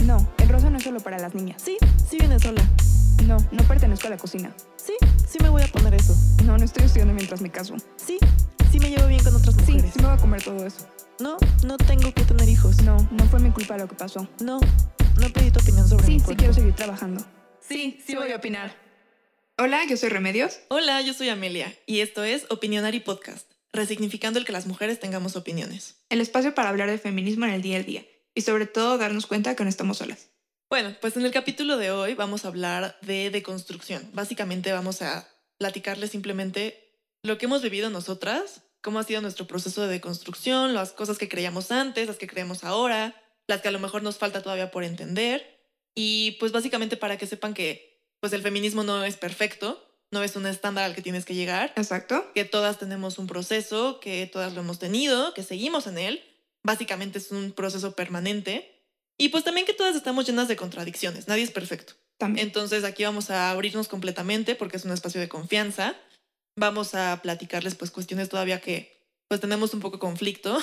No, el rosa no es solo para las niñas. Sí viene sola. No, no pertenezco a la cocina. Sí me voy a poner eso. No estoy estudiando mientras me caso. Sí me llevo bien con otras mujeres. Sí me voy a comer todo eso. No tengo que tener hijos. No fue mi culpa lo que pasó. No pedí tu opinión sobre mi Sí cuerpo. quiero seguir trabajando. Sí voy a opinar. Hola, yo soy Remedios. Hola, yo soy Amelia y esto es Opinionary Podcast, resignificando el que las mujeres tengamos opiniones. El espacio para hablar de feminismo en el día a día y sobre todo darnos cuenta que no estamos solas. Bueno, pues en el capítulo de hoy vamos a hablar de deconstrucción. Básicamente vamos a platicarles simplemente lo que hemos vivido nosotras, cómo ha sido nuestro proceso de deconstrucción, las cosas que creíamos antes, las que creemos ahora, las que a lo mejor nos falta todavía por entender. Y pues básicamente para que sepan que pues el feminismo no es perfecto, no es un estándar al que tienes que llegar. Exacto. Que todas tenemos un proceso, que todas lo hemos tenido, que seguimos en él. Básicamente es un proceso permanente. Y pues también que todas estamos llenas de contradicciones, nadie es perfecto. También. Entonces aquí vamos a abrirnos completamente porque es un espacio de confianza. Vamos a platicarles pues cuestiones todavía que pues tenemos un poco conflicto.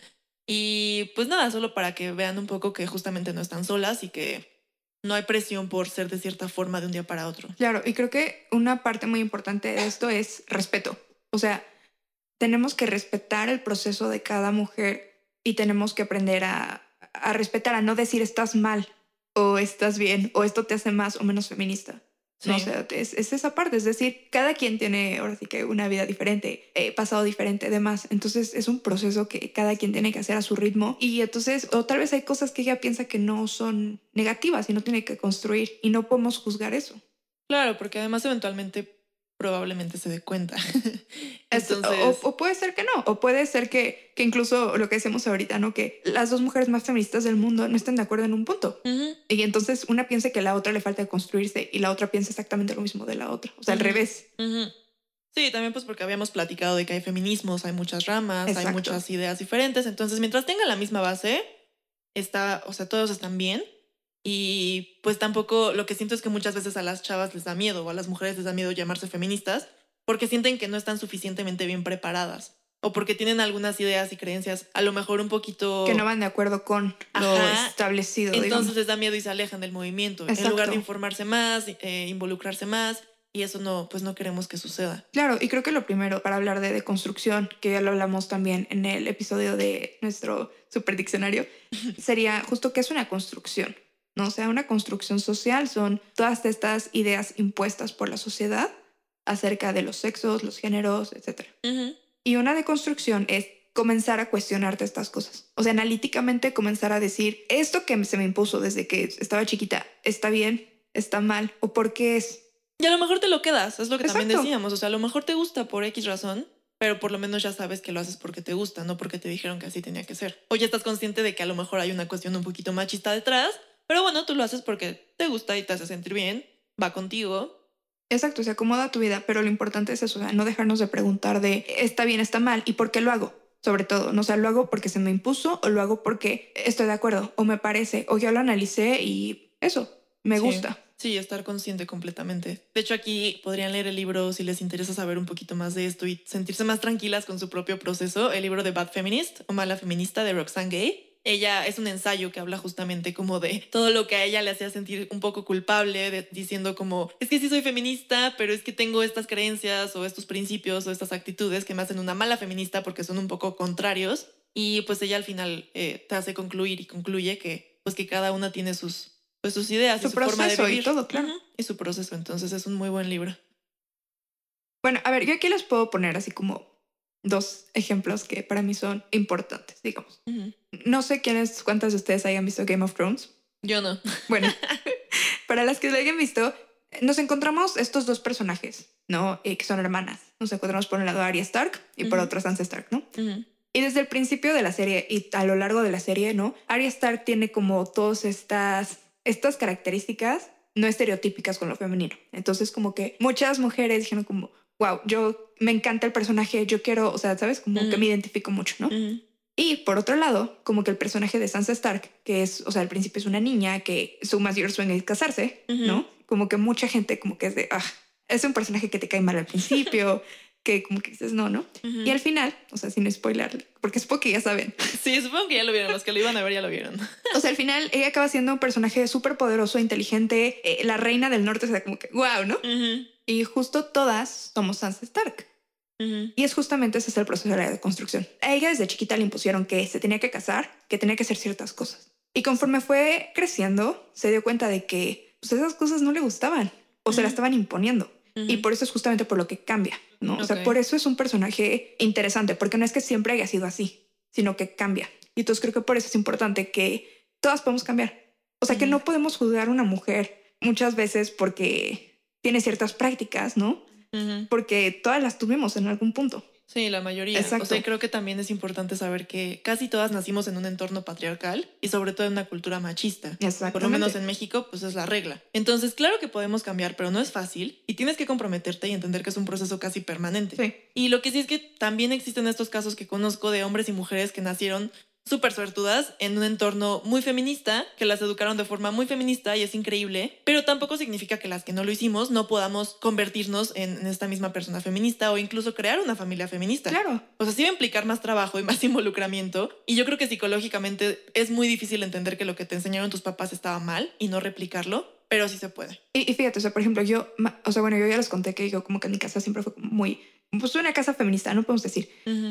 Y pues nada, solo para que vean un poco que justamente no están solas y que no hay presión por ser de cierta forma de un día para otro. Claro, y creo que una parte muy importante de esto es respeto. O sea, tenemos que respetar el proceso de cada mujer y tenemos que aprender a respetar, a no decir estás mal o estás bien o esto te hace más o menos feminista. Sí. No, o sea, es esa parte, es decir, cada quien tiene ahora sí que una vida diferente, pasado diferente, demás. Entonces es un proceso que cada quien tiene que hacer a su ritmo y entonces, o tal vez hay cosas que ella piensa que no son negativas y no tiene que construir y no podemos juzgar eso. Claro, porque además eventualmente probablemente se dé cuenta. Entonces, o puede ser que no, o puede ser que incluso lo que decimos ahorita, ¿no? Que las dos mujeres más feministas del mundo no estén de acuerdo en un punto. Uh-huh. Y entonces una piensa que la otra le falta de construirse y la otra piensa exactamente lo mismo de la otra. O sea, al revés. Uh-huh. Sí, también pues porque habíamos platicado de que hay feminismos, hay muchas ramas, Exacto. hay muchas ideas diferentes. Entonces, mientras tengan la misma base, todos están bien. Y pues tampoco lo que siento es que muchas veces a las chavas les da miedo o a las mujeres les da miedo llamarse feministas porque sienten que no están suficientemente bien preparadas o porque tienen algunas ideas y creencias a lo mejor un poquito... Que no van de acuerdo con lo establecido, Entonces digamos. les da miedo y se alejan del movimiento. Exacto. En lugar de informarse más, involucrarse más. Y eso no queremos que suceda. Claro, y creo que lo primero para hablar de deconstrucción, que ya lo hablamos también en el episodio de nuestro super diccionario, sería justo qué es una construcción. ¿No? O sea, una construcción social son todas estas ideas impuestas por la sociedad acerca de los sexos, los géneros, etc. Uh-huh. Y una deconstrucción es comenzar a cuestionarte estas cosas. O sea, analíticamente comenzar a decir, esto que se me impuso desde que estaba chiquita, ¿está bien? ¿Está mal? ¿O por qué es? Y a lo mejor te lo quedas, es lo que Exacto. también decíamos. O sea, a lo mejor te gusta por X razón, pero por lo menos ya sabes que lo haces porque te gusta, no porque te dijeron que así tenía que ser. O ya estás consciente de que a lo mejor hay una cuestión un poquito machista detrás, pero bueno, tú lo haces porque te gusta y te hace sentir bien, va contigo. Exacto, se acomoda tu vida, pero lo importante es eso, o sea, no dejarnos de preguntar de está bien, está mal y por qué lo hago, sobre todo, no, o sea, lo hago porque se me impuso o lo hago porque estoy de acuerdo o me parece o ya lo analicé y eso, me gusta. Sí, estar consciente completamente. De hecho, aquí podrían leer el libro si les interesa saber un poquito más de esto y sentirse más tranquilas con su propio proceso, el libro de Bad Feminist o Mala Feminista de Roxane Gay. Ella es un ensayo que habla justamente como de todo lo que a ella le hacía sentir un poco culpable, diciendo como, es que sí soy feminista, pero es que tengo estas creencias o estos principios o estas actitudes que me hacen una mala feminista porque son un poco contrarios. Y pues ella al final te hace concluir y concluye que pues que cada una tiene sus ideas, su y su forma de vivir. Y todo, claro. Uh-huh. Y su proceso, entonces es un muy buen libro. Bueno, a ver, yo aquí les puedo poner así como dos ejemplos que para mí son importantes, digamos. Uh-huh. No sé cuántas de ustedes hayan visto Game of Thrones. Yo no. Bueno, para las que lo hayan visto, nos encontramos estos dos personajes, ¿no? Que son hermanas. Nos encontramos por un lado Arya Stark y por otro Sansa Stark, ¿no? Uh-huh. Y desde el principio de la serie y a lo largo de la serie, ¿no? Arya Stark tiene como todas estas características no estereotípicas con lo femenino. Entonces como que muchas mujeres dijeron como, wow, me encanta el personaje, yo quiero, o sea, ¿sabes? Como que me identifico mucho, ¿no? Y por otro lado, como que el personaje de Sansa Stark, que es, o sea, al principio es una niña que su mayor sueño es casarse, ¿no? Como que mucha gente como que es de, es un personaje que te cae mal al principio, que como que dices no, ¿no? Y al final, o sea, sin spoiler, porque supongo que ya saben. Sí, supongo que ya lo vieron, los que lo iban a ver ya lo vieron. O sea, al final ella acaba siendo un personaje súper poderoso, inteligente, la reina del norte, o sea, como que wow, ¿no? Y justo todas somos Sansa Stark. Y es justamente ese es el proceso de la deconstrucción. A ella desde chiquita le impusieron que se tenía que casar, que tenía que hacer ciertas cosas. Y conforme fue creciendo, se dio cuenta de que pues, esas cosas no le gustaban o se las estaban imponiendo. Y por eso es justamente por lo que cambia, ¿no? O sea, por eso es un personaje interesante, porque no es que siempre haya sido así, sino que cambia. Y entonces creo que por eso es importante que todas podemos cambiar. O sea, que no podemos juzgar a una mujer muchas veces porque tiene ciertas prácticas, ¿no? Porque todas las tuvimos en algún punto. Sí, la mayoría. Exacto. O sea, creo que también es importante saber que casi todas nacimos en un entorno patriarcal y sobre todo en una cultura machista. Exactamente. Por lo menos en México, pues es la regla. Entonces, claro que podemos cambiar, pero no es fácil y tienes que comprometerte y entender que es un proceso casi permanente. Sí. Y lo que sí es que también existen estos casos que conozco de hombres y mujeres que nacieron súper suertudas en un entorno muy feminista, que las educaron de forma muy feminista y es increíble, pero tampoco significa que las que no lo hicimos no podamos convertirnos en esta misma persona feminista o incluso crear una familia feminista. Claro. O sea, sí va a implicar más trabajo y más involucramiento y yo creo que psicológicamente es muy difícil entender que lo que te enseñaron tus papás estaba mal y no replicarlo, pero sí se puede. Y fíjate, o sea, por ejemplo, yo ya les conté que yo como que en mi casa siempre fue muy, pues una casa feminista, no podemos decir.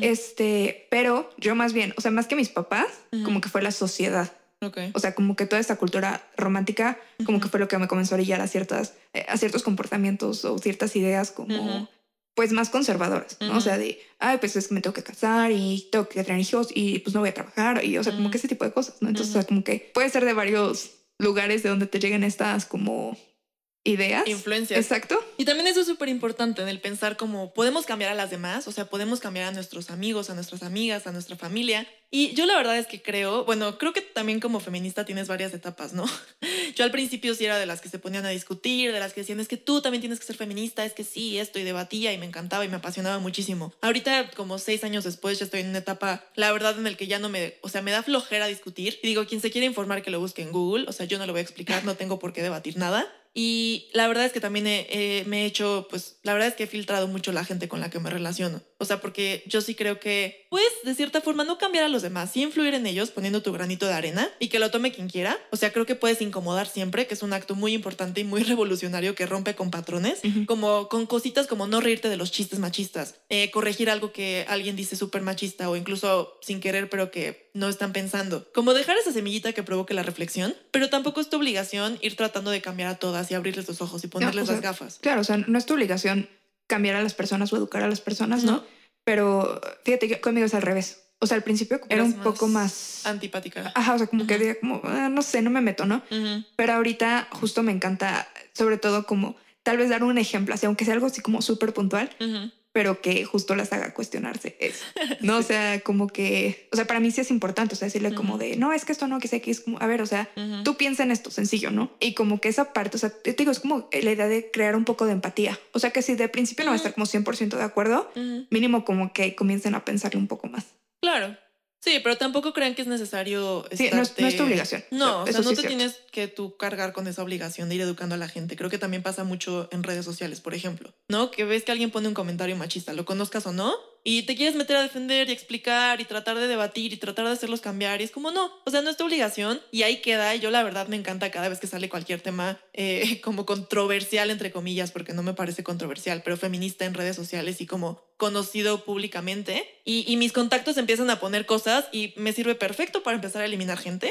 Pero yo más bien, o sea, más que mis papás, como que fue la sociedad. Okay. O sea, como que toda esta cultura romántica, como que fue lo que me comenzó a orillar a ciertos comportamientos o ciertas ideas como, pues más conservadoras, ¿no? O sea, de, ay, pues es que me tengo que casar y tengo que tener hijos y pues no voy a trabajar y, o sea, como que ese tipo de cosas, ¿no? Entonces, o sea, como que puede ser de varios lugares de donde te lleguen estas como ideas. Influencias. Exacto. Y también eso es súper importante en el pensar como podemos cambiar a las demás, o sea, podemos cambiar a nuestros amigos, a nuestras amigas, a nuestra familia. Y yo la verdad es que creo que también como feminista tienes varias etapas, ¿no? Yo al principio sí era de las que se ponían a discutir, de las que decían, es que tú también tienes que ser feminista, es que sí, esto, y debatía y me encantaba y me apasionaba muchísimo. Ahorita, como 6 años después, ya estoy en una etapa, la verdad, en el que ya no me da flojera discutir. Y digo, quien se quiere informar que lo busque en Google, o sea, yo no lo voy a explicar, no tengo por qué debatir nada. Y la verdad es que también me he hecho, pues la verdad es que he filtrado mucho la gente con la que me relaciono. O sea, porque yo sí creo que, pues, de cierta forma no cambiar a los demás, sí influir en ellos poniendo tu granito de arena y que lo tome quien quiera. O sea, creo que puedes incomodar siempre, que es un acto muy importante y muy revolucionario que rompe con patrones, como con cositas como no reírte de los chistes machistas, corregir algo que alguien dice súper machista o incluso sin querer, pero que no están pensando. Como dejar esa semillita que provoque la reflexión, pero tampoco es tu obligación ir tratando de cambiar a todas y abrirles los ojos y ponerles las gafas. Claro, o sea, no es tu obligación cambiar a las personas o educar a las personas, ¿no? Pero fíjate que conmigo es al revés. O sea, al principio era un poco más antipática. Ajá, o sea, como que diga como, no sé, no me meto, ¿no? Pero ahorita justo me encanta, sobre todo como tal vez dar un ejemplo, así, aunque sea algo así como súper puntual, pero que justo las haga cuestionarse eso, ¿no? Sí. O sea, como que, o sea, para mí sí es importante, o sea, decirle como de, no, es que esto no, que sé que es como, a ver, o sea, tú piensa en esto, sencillo, ¿no? Y como que esa parte, o sea, te digo, es como la idea de crear un poco de empatía. O sea, que si de principio no va a estar como 100% de acuerdo, mínimo como que comiencen a pensarle un poco más. Claro. Sí, pero tampoco crean que es necesario sí, no es tu obligación. No, o sea, no te tienes que tú cargar con esa obligación de ir educando a la gente. Creo que también pasa mucho en redes sociales, por ejemplo, ¿no? Que ves que alguien pone un comentario machista, lo conozcas o no, y te quieres meter a defender y explicar y tratar de debatir y tratar de hacerlos cambiar. Y es como, no, o sea, no es tu obligación y ahí queda. Y yo la verdad me encanta cada vez que sale cualquier tema como controversial, entre comillas, porque no me parece controversial, pero feminista en redes sociales y como conocido públicamente. Y mis contactos empiezan a poner cosas y me sirve perfecto para empezar a eliminar gente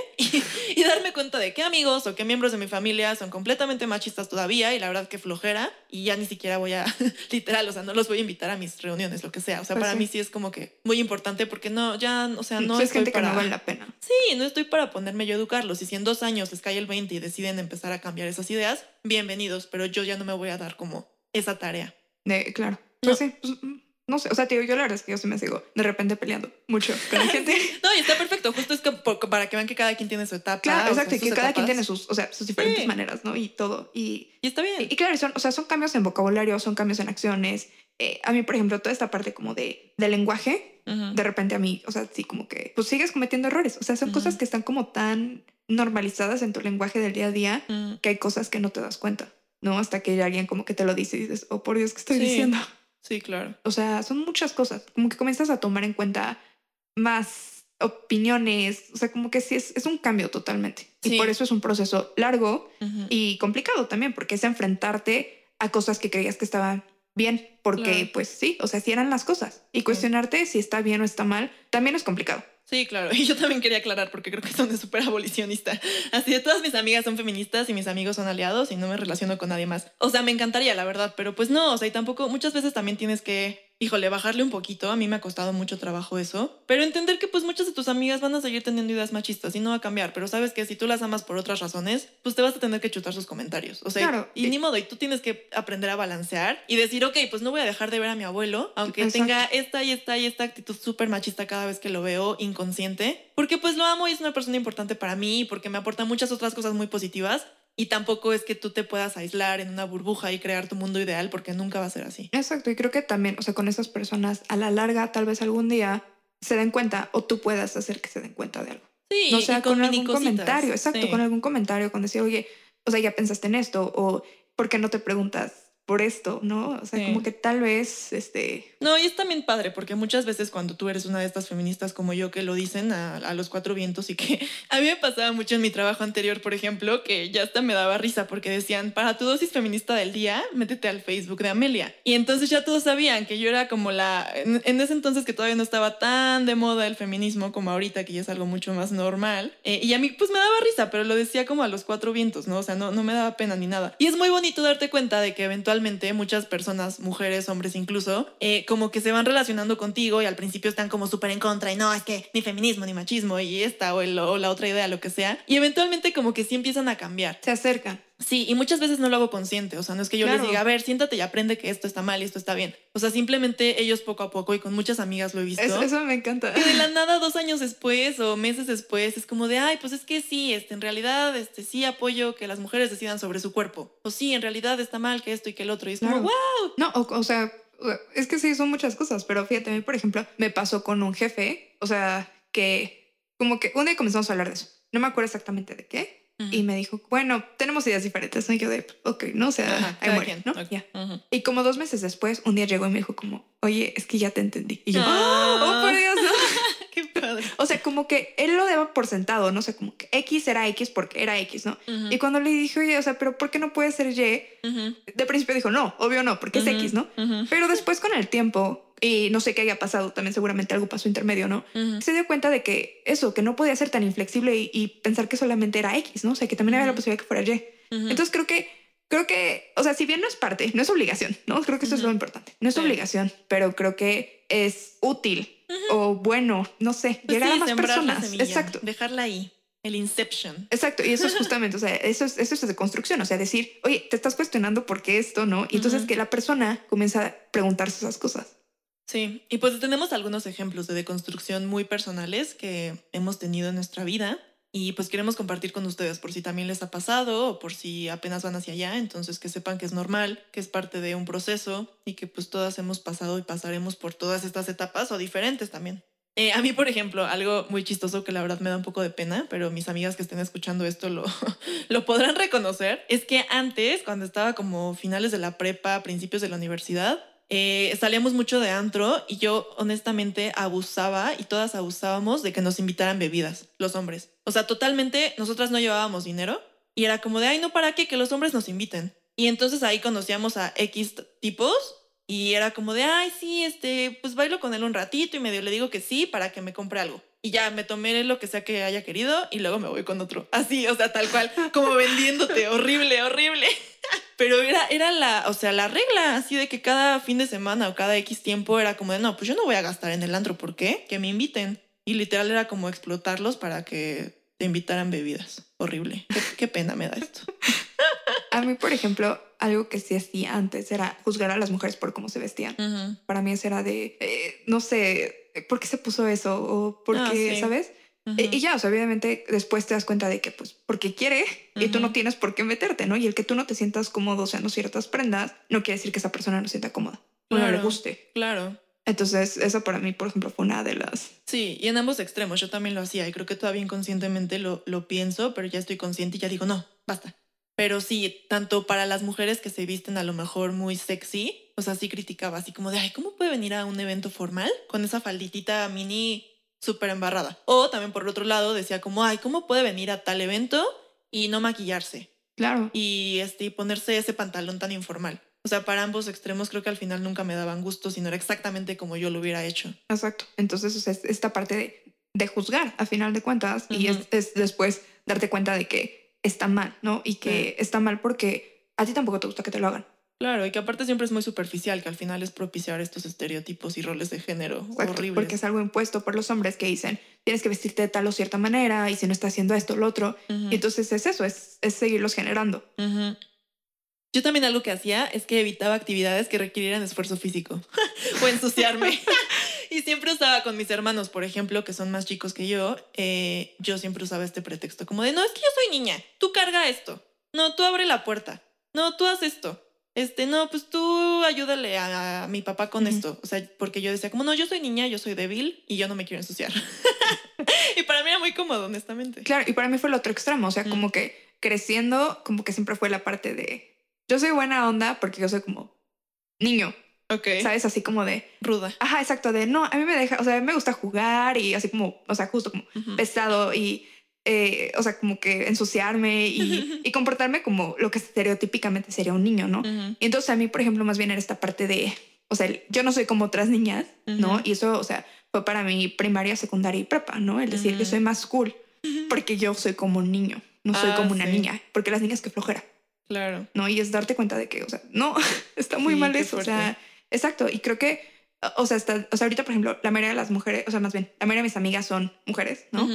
y darme cuenta de qué amigos o qué miembros de mi familia son completamente machistas todavía y la verdad que flojera y ya ni siquiera voy a, literal, o sea, no los voy a invitar a mis reuniones, lo que sea. O sea, para mí sí es como que muy importante porque no, ya, o sea, no es gente que no vale la pena. Sí, no estoy para ponerme yo a educarlos y si en 2 años les cae el 20 y deciden empezar a cambiar esas ideas, bienvenidos, pero yo ya no me voy a dar como esa tarea. Claro. Pues sí, pues, no sé, o sea, tío, yo la verdad es que yo sí me sigo de repente peleando mucho con la gente. No, y está perfecto, justo es que para que vean que cada quien tiene su etapa. Claro, exacto, o sea, y que cada etapas. quien tiene sus diferentes maneras, ¿no? Y todo. Y está bien. Y claro, son cambios en vocabulario, son cambios en acciones. A mí, por ejemplo, toda esta parte como de lenguaje, de repente a mí, o sea, sí como que pues sigues cometiendo errores. O sea, son cosas que están como tan normalizadas en tu lenguaje del día a día que hay cosas que no te das cuenta, ¿no? Hasta que alguien como que te lo dice y dices, oh, por Dios, ¿qué estoy diciendo? Sí, claro. O sea, son muchas cosas. Como que comienzas a tomar en cuenta más opiniones. O sea, como que sí es un cambio totalmente. Y por Sí. eso es un proceso largo Ujú, y complicado también, porque es enfrentarte a cosas que creías que estaban bien, porque claro. pues sí, o sea, sí eran las cosas. Y Sí. cuestionarte si está bien o está mal también es complicado. Sí, claro. Y yo también quería aclarar porque creo que son súper abolicionista. Así de todas mis amigas son feministas y mis amigos son aliados y no me relaciono con nadie más. O sea, me encantaría, la verdad, pero pues no, o sea, y tampoco muchas veces también tienes que, híjole, bajarle un poquito. A mí me ha costado mucho trabajo eso, pero entender que pues muchas de tus amigas van a seguir teniendo ideas machistas y no va a cambiar, pero sabes que si tú las amas por otras razones, pues te vas a tener que chutar sus comentarios. O sea, Claro, y ni modo, y tú tienes que aprender a balancear y decir, ok, pues no voy a dejar de ver a mi abuelo, aunque tenga exacto. esta actitud súper machista cada vez que lo veo inconsciente, porque pues lo amo y es una persona importante para mí, porque me aporta muchas otras cosas muy positivas. Y tampoco es que tú te puedas aislar en una burbuja y crear tu mundo ideal, porque nunca va a ser así. Exacto, y creo que también, o sea, con esas personas a la larga, tal vez algún día se den cuenta o tú puedas hacer que se den cuenta de algo. No Sí, y sea con con mini algún comentario, cositas. exacto, con Sí. algún comentario, con decir, oye, o sea, ya pensaste en esto, o ¿por qué no te preguntas por esto? ¿No? O sea, como Sí. que tal vez, No, y es también padre, porque muchas veces cuando tú eres una de estas feministas como yo que lo dicen a los cuatro vientos y que a mí me pasaba mucho en mi trabajo anterior, por ejemplo, que ya hasta me daba risa porque decían, para tu dosis feminista del día, métete al Facebook de Amelia. Y entonces ya todos sabían que yo era como en ese entonces que todavía no estaba tan de moda el feminismo como ahorita, que ya es algo mucho más normal. Y a mí pues me daba risa, pero lo decía como a los cuatro vientos, ¿no? O sea, no me daba pena ni nada. Y es muy bonito darte cuenta de que eventualmente muchas personas, mujeres, hombres incluso, como que se van relacionando contigo y al principio están como súper en contra y no, es que ni feminismo ni machismo y esta o la otra idea, lo que sea. Y eventualmente como que sí empiezan a cambiar. se acercan. Sí, y muchas veces no lo hago consciente, o sea, no es que yo les diga, a Claro, ver, siéntate y aprende que esto está mal y esto está bien. O sea, simplemente ellos poco a poco y con muchas amigas lo he visto, eso me encanta. que de la nada 2 años después o meses después es como de, ay, pues es que sí, en realidad, sí apoyo que las mujeres decidan sobre su cuerpo. O sí, en realidad está mal que esto y que el otro. Y es como, wow. Claro. No, o sea, es que sí, son muchas cosas, pero fíjate, a mí, por ejemplo, me pasó con un jefe, o sea, que como que un día comenzamos a hablar de eso. No me acuerdo exactamente de qué. Y me dijo, bueno, tenemos ideas diferentes, ¿no? Y yo de, ok, no, o sea, Ajá, ahí cada muere, quien. ¿no? Ok. Ya. Ujú. Y como 2 meses después, un día llegó y me dijo como, oye, es que ya te entendí. Y yo, oh, por Ah, Dios, ¿no? qué padre. O sea, como que él lo daba por sentado, no sé, como que X era X porque era X, ¿no? Ujú, Y cuando le dije, oye, o sea, pero ¿por qué no puede ser Y? ujú, De principio dijo, no, obvio no, porque es ujú, X, ¿no? ujú, Pero después con el tiempo, y no sé qué haya pasado, también seguramente algo pasó intermedio, ¿no? ujú, Se dio cuenta de que eso, que no podía ser tan inflexible y pensar que solamente era X, ¿no? O sea, que también había la ujú, posibilidad que fuera Y. ujú, Entonces creo que, o sea, si bien no es parte, no es obligación, ¿no? Creo que eso es lo ujú. importante. No es Sí. obligación, pero creo que es útil Ujú. o bueno, no sé, Pues llegar a sí, más sembrar la personas. semilla, Exacto. dejarla ahí, el inception. Exacto, y eso es justamente, o sea, eso es de construcción, o sea, decir, oye, te estás cuestionando por qué esto, ¿no? Y entonces Ujú. que la persona comienza a preguntarse esas cosas. Sí, y pues tenemos algunos ejemplos de deconstrucción muy personales que hemos tenido en nuestra vida y pues queremos compartir con ustedes por si también les ha pasado o por si apenas van hacia allá, entonces que sepan que es normal, que es parte de un proceso y que pues todas hemos pasado y pasaremos por todas estas etapas o diferentes también. A mí, por ejemplo, algo muy chistoso que la verdad me da un poco de pena, pero mis amigas que estén escuchando esto lo podrán reconocer, es que antes, cuando estaba como finales de la prepa, principios de la universidad, salíamos mucho de antro y yo honestamente abusaba y todas abusábamos de que nos invitaran bebidas, los hombres. O sea, totalmente nosotras no llevábamos dinero y era como de, ay, no, ¿para qué? Que los hombres nos inviten. Y entonces ahí conocíamos a X tipos y era como de, ay, sí, pues bailo con él un ratito y medio le digo que sí para que me compre algo. Y ya me tomé lo que sea que haya querido y luego me voy con otro. Así, o sea, tal cual, como vendiéndote, horrible, horrible. Pero era o sea, la regla, así de que cada fin de semana o cada X tiempo era como de, no, pues yo no voy a gastar en el antro, ¿por qué? Que me inviten. Y literal era como explotarlos para que te invitaran bebidas. Horrible. Qué pena me da esto. A mí, por ejemplo, algo que sí hacía antes era juzgar a las mujeres por cómo se vestían. Ujú. Para mí eso era de, no sé, ¿por qué se puso eso? O por Ah, qué, sí. ¿sabes? Y Ujú, ya, o sea, obviamente después te das cuenta de que, pues, porque quiere y tú no ujú. tienes por qué meterte, ¿no? Y el que tú no te sientas cómodo usando ciertas prendas, no quiere decir que esa persona no sienta cómoda o no le Claro, guste. claro. Entonces, eso para mí, por ejemplo, fue una de las... Sí, y en ambos extremos yo también lo hacía y creo que todavía inconscientemente lo pienso, pero ya estoy consciente y ya digo, no, basta. Pero sí, tanto para las mujeres que se visten a lo mejor muy sexy, o sea, sí criticaba, así como de, ay, ¿cómo puede venir a un evento formal con esa falditita mini súper embarrada? O también por el otro lado decía como, ay, ¿cómo puede venir a tal evento y no maquillarse? Claro. Y ponerse ese pantalón tan informal. O sea, para ambos extremos creo que al final nunca me daban gusto, sino era exactamente como yo lo hubiera hecho. Exacto. Entonces, o sea, es esta parte de juzgar, a final de cuentas, y es después darte cuenta de que está mal, ¿no? Y que está mal porque a ti tampoco te gusta que te lo hagan. Claro, y que aparte siempre es muy superficial, que al final es propiciar estos estereotipos y roles de género horribles. Porque es algo impuesto por los hombres que dicen, tienes que vestirte de tal o cierta manera, y si no estás haciendo esto o lo otro. Y entonces es eso, es seguirlos generando. Yo también algo que hacía es que evitaba actividades que requirieran esfuerzo físico o ensuciarme. Y siempre usaba con mis hermanos, por ejemplo, que son más chicos que yo siempre usaba este pretexto como de, no, es que yo soy niña, tú carga esto. No, tú abre la puerta. No, tú haz esto. No, pues tú ayúdale a mi papá con esto. O sea, porque yo decía como, no, yo soy niña, yo soy débil y yo no me quiero ensuciar. Y para mí era muy cómodo, honestamente. Claro, y para mí fue el otro extremo. O sea, como que creciendo, como que siempre fue la parte de, yo soy buena onda porque yo soy como niño. Okay. ¿Sabes? Así como de... ruda. Ajá, exacto. De, no, a mí me deja... O sea, me gusta jugar y así como... O sea, justo como pesado y... o sea, como que ensuciarme y comportarme como lo que estereotípicamente sería un niño, ¿no? Y entonces a mí, por ejemplo, más bien era esta parte de... O sea, yo no soy como otras niñas, ¿no? Y eso, o sea, fue para mi primaria, secundaria y prepa, ¿no? El decir, yo soy más cool porque yo soy como un niño, no soy como una niña. Porque las niñas, qué flojera. Claro. No, y es darte cuenta de que, o sea, no, está muy mal eso, fuerte. O sea... Exacto, y creo que, o sea, ahorita, por ejemplo, la mayoría de las mujeres, o sea, más bien, la mayoría de mis amigas son mujeres, ¿no?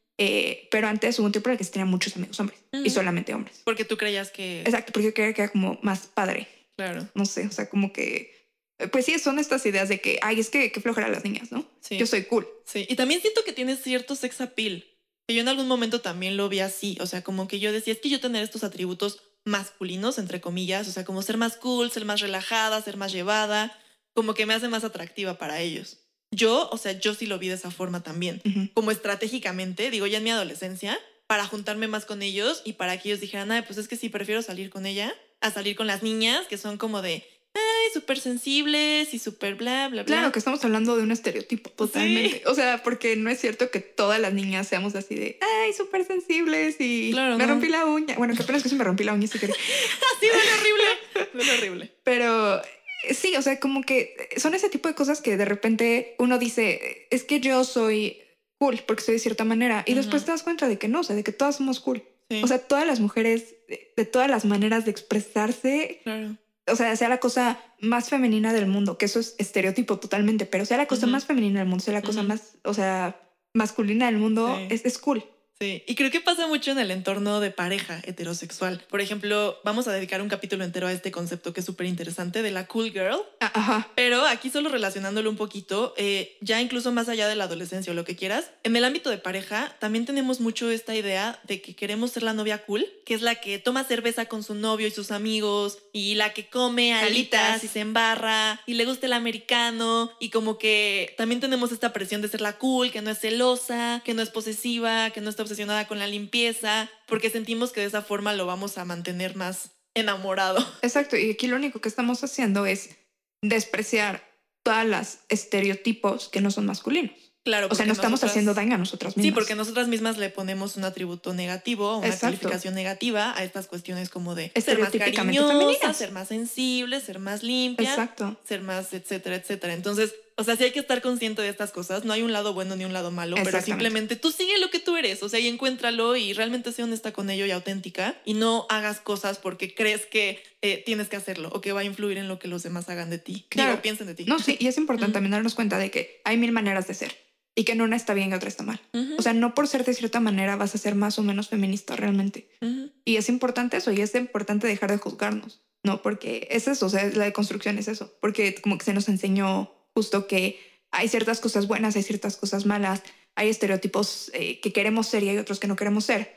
Pero antes hubo un tiempo en el que se tenían muchos amigos hombres y solamente hombres. Porque tú creías que... Exacto, porque yo creía que era como más padre. Claro. No sé, o sea, como que... Pues sí, son estas ideas de que, ay, es que qué flojera las niñas, ¿no? Sí. Yo soy cool. Sí, y también siento que tienes cierto sex appeal. Que yo en algún momento también lo vi así, o sea, como que yo decía, es que yo tener estos atributos masculinos, entre comillas, o sea, como ser más cool, ser más relajada, ser más llevada, como que me hace más atractiva para ellos. Yo, o sea, yo sí lo vi de esa forma también, como estratégicamente, digo, ya en mi adolescencia, para juntarme más con ellos y para que ellos dijeran, ay, pues es que sí, prefiero salir con ella a salir con las niñas, que son como de, ay, súper sensibles y súper bla, bla, bla. Claro que estamos hablando de un estereotipo totalmente. Sí. O sea, porque no es cierto que todas las niñas seamos así de, ay, súper sensibles y claro, me rompí la uña. Bueno, qué pena es que sí me rompí la uña, si querés. Sí, duele horrible. Duele horrible. Pero sí, o sea, como que son ese tipo de cosas que de repente uno dice, es que yo soy cool porque soy de cierta manera. Y después te das cuenta de que no, o sea, de que todas somos cool. Sí. O sea, todas las mujeres, de todas las maneras de expresarse. Claro. O sea la cosa más femenina del mundo, que eso es estereotipo totalmente, pero sea la cosa más femenina del mundo, sea la cosa más, o sea, masculina del mundo, sí. es cool. Sí, y creo que pasa mucho en el entorno de pareja heterosexual. Por ejemplo, vamos a dedicar un capítulo entero a este concepto que es súper interesante de la cool girl. Ajá. Pero aquí solo relacionándolo un poquito, ya incluso más allá de la adolescencia o lo que quieras, en el ámbito de pareja también tenemos mucho esta idea de que queremos ser la novia cool, que es la que toma cerveza con su novio y sus amigos y la que come alitas y se embarra y le gusta el americano y como que también tenemos esta presión de ser la cool, que no es celosa, que no es posesiva, que no está obsesionada con la limpieza, porque sentimos que de esa forma lo vamos a mantener más enamorado. Exacto, y aquí lo único que estamos haciendo es despreciar todas las estereotipos que no son masculinos. Claro, o sea, no estamos haciendo daño a nosotras mismas. Sí, porque nosotras mismas le ponemos un atributo negativo, una calificación negativa a estas cuestiones como de ser más cariñosa, ser más sensible, ser más limpia, exacto, ser más etcétera, etcétera. Entonces, o sea, sí hay que estar consciente de estas cosas. No hay un lado bueno ni un lado malo, pero simplemente tú sigue lo que tú eres, o sea, y encuéntralo y realmente sé honesta con ello y auténtica y no hagas cosas porque crees que tienes que hacerlo o que va a influir en lo que los demás hagan de ti. Claro. Digo, piensen de ti. No, sí, y es importante también darnos cuenta de que hay 1000 maneras de ser. Y que no una está bien y otra está mal. O sea, no por ser de cierta manera vas a ser más o menos feminista realmente. Y es importante eso, y es importante dejar de juzgarnos, ¿no? Porque es eso, o sea, la deconstrucción es eso. Porque como que se nos enseñó justo que hay ciertas cosas buenas, hay ciertas cosas malas, hay estereotipos que queremos ser y hay otros que no queremos ser.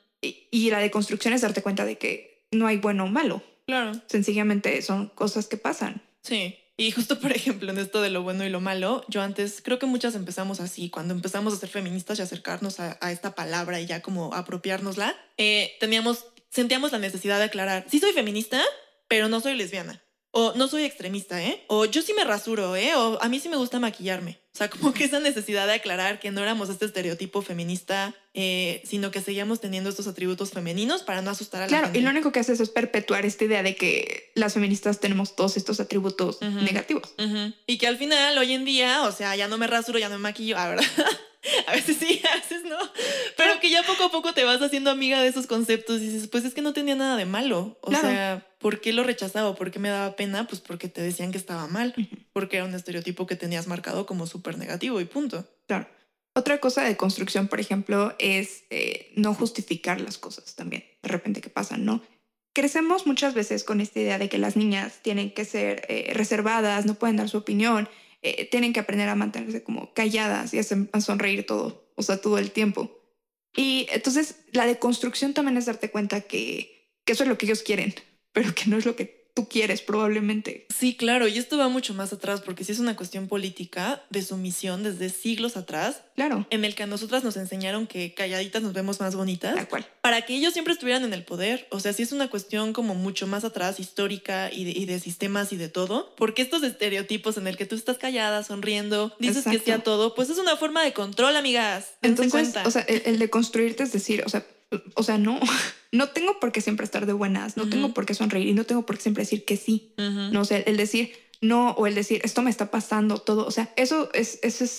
Y la deconstrucción es darte cuenta de que no hay bueno o malo. Claro. Sencillamente son cosas que pasan. Sí. Y justo, por ejemplo, en esto de lo bueno y lo malo, yo antes creo que muchas empezamos así, cuando empezamos a ser feministas y acercarnos a esta palabra y ya como apropiárnosla, sentíamos la necesidad de aclarar, sí soy feminista, pero no soy lesbiana. O no soy extremista, ¿eh? O yo sí me rasuro, ¿eh? O a mí sí me gusta maquillarme. O sea, como que esa necesidad de aclarar que no éramos este estereotipo feminista, sino que seguíamos teniendo estos atributos femeninos para no asustar a la gente. Claro, y lo único que hace eso es perpetuar esta idea de que las feministas tenemos todos estos atributos negativos. Y que al final, hoy en día, o sea, ya no me rasuro, ya no me maquillo, ¿verdad? A veces sí, a veces no. Pero que ya poco a poco te vas haciendo amiga de esos conceptos y dices, pues es que no tenía nada de malo. O sea, ¿por qué lo rechazaba? ¿Por qué me daba pena? Pues porque te decían que estaba mal. Porque era un estereotipo que tenías marcado como súper negativo y punto. Claro. Otra cosa de construcción, por ejemplo, es no justificar las cosas también, de repente que pasan, ¿no? Crecemos muchas veces con esta idea de que las niñas tienen que ser reservadas, no pueden dar su opinión, tienen que aprender a mantenerse como calladas y a sonreír todo, o sea, todo el tiempo. Y entonces la deconstrucción también es darte cuenta que eso es lo que ellos quieren, pero que no es lo que tú quieres probablemente. Sí, claro, y esto va mucho más atrás porque sí es una cuestión política de sumisión desde siglos atrás. Claro. En el que a nosotras nos enseñaron que calladitas nos vemos más bonitas. Tal cual. Para que ellos siempre estuvieran en el poder. O sea, sí es una cuestión como mucho más atrás, histórica y de sistemas y de todo. Porque estos estereotipos en el que tú estás callada, sonriendo, dices que sí a todo, pues es una forma de control, amigas. Entonces, cuenta. O sea, el de construirte es decir, o sea, no tengo por qué siempre estar de buenas, no tengo por qué sonreír y no tengo por qué siempre decir que sí. No, o sea, el decir no o el decir esto me está pasando todo, o sea, eso es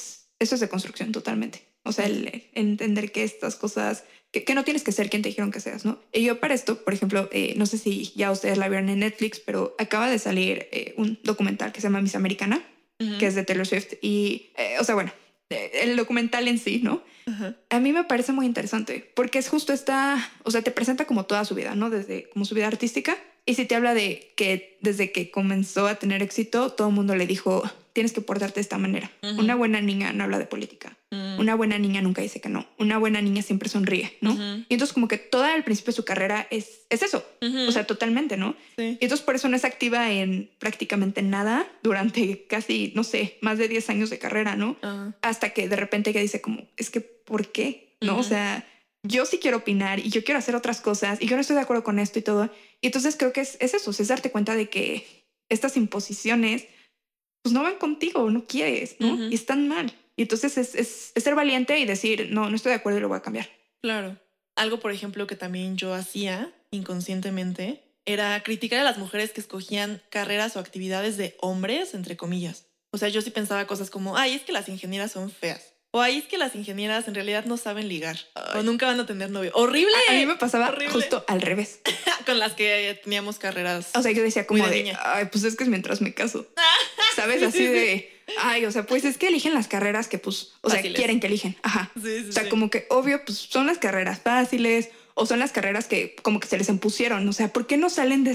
de construcción totalmente. O sea, el entender que estas cosas, que no tienes que ser quien te dijeron que seas, ¿no? Y yo para esto, por ejemplo, no sé si ya ustedes la vieron en Netflix, pero acaba de salir un documental que se llama Miss Americana, que es de Taylor Swift y, o sea, bueno, el documental en sí, ¿no? A mí me parece muy interesante porque es justo o sea, te presenta como toda su vida, ¿no? Desde como su vida artística. Y si te habla de que desde que comenzó a tener éxito, todo el mundo le dijo, tienes que portarte de esta manera. Una buena niña no habla de política. Una buena niña nunca dice que no. Una buena niña siempre sonríe, ¿no? Y entonces como que todo el principio de su carrera es eso. O sea, totalmente, ¿no? Sí. Y entonces por eso no es activa en prácticamente nada durante casi, no sé, más de 10 años de carrera, ¿no? Hasta que de repente ella dice como, es que, ¿por qué? ¿No? O sea, yo sí quiero opinar y yo quiero hacer otras cosas y yo no estoy de acuerdo con esto y todo. Y entonces creo que es eso, es darte cuenta de que estas imposiciones pues no van contigo, no quieres, ¿no? Y están mal. Y entonces es ser valiente y decir, no estoy de acuerdo y lo voy a cambiar. Claro. Algo, por ejemplo, que también yo hacía inconscientemente era criticar a las mujeres que escogían carreras o actividades de hombres, entre comillas. O sea, yo sí pensaba cosas como, ay, es que las ingenieras son feas. O ay, es que las ingenieras en realidad no saben ligar. Ay. O nunca van a tener novio. ¡Horrible! A mí me pasaba justo al revés. Con las que teníamos carreras. O sea, yo decía como de ay, pues es que es mientras me caso. ¿Sabes? Sí, así de ay, o sea, pues es que eligen las carreras que pues, o fáciles. Sea, quieren que eligen. Ajá. Sí, o sea, como que obvio, pues son las carreras fáciles o son las carreras que como que se les impusieron. O sea, ¿por qué no salen de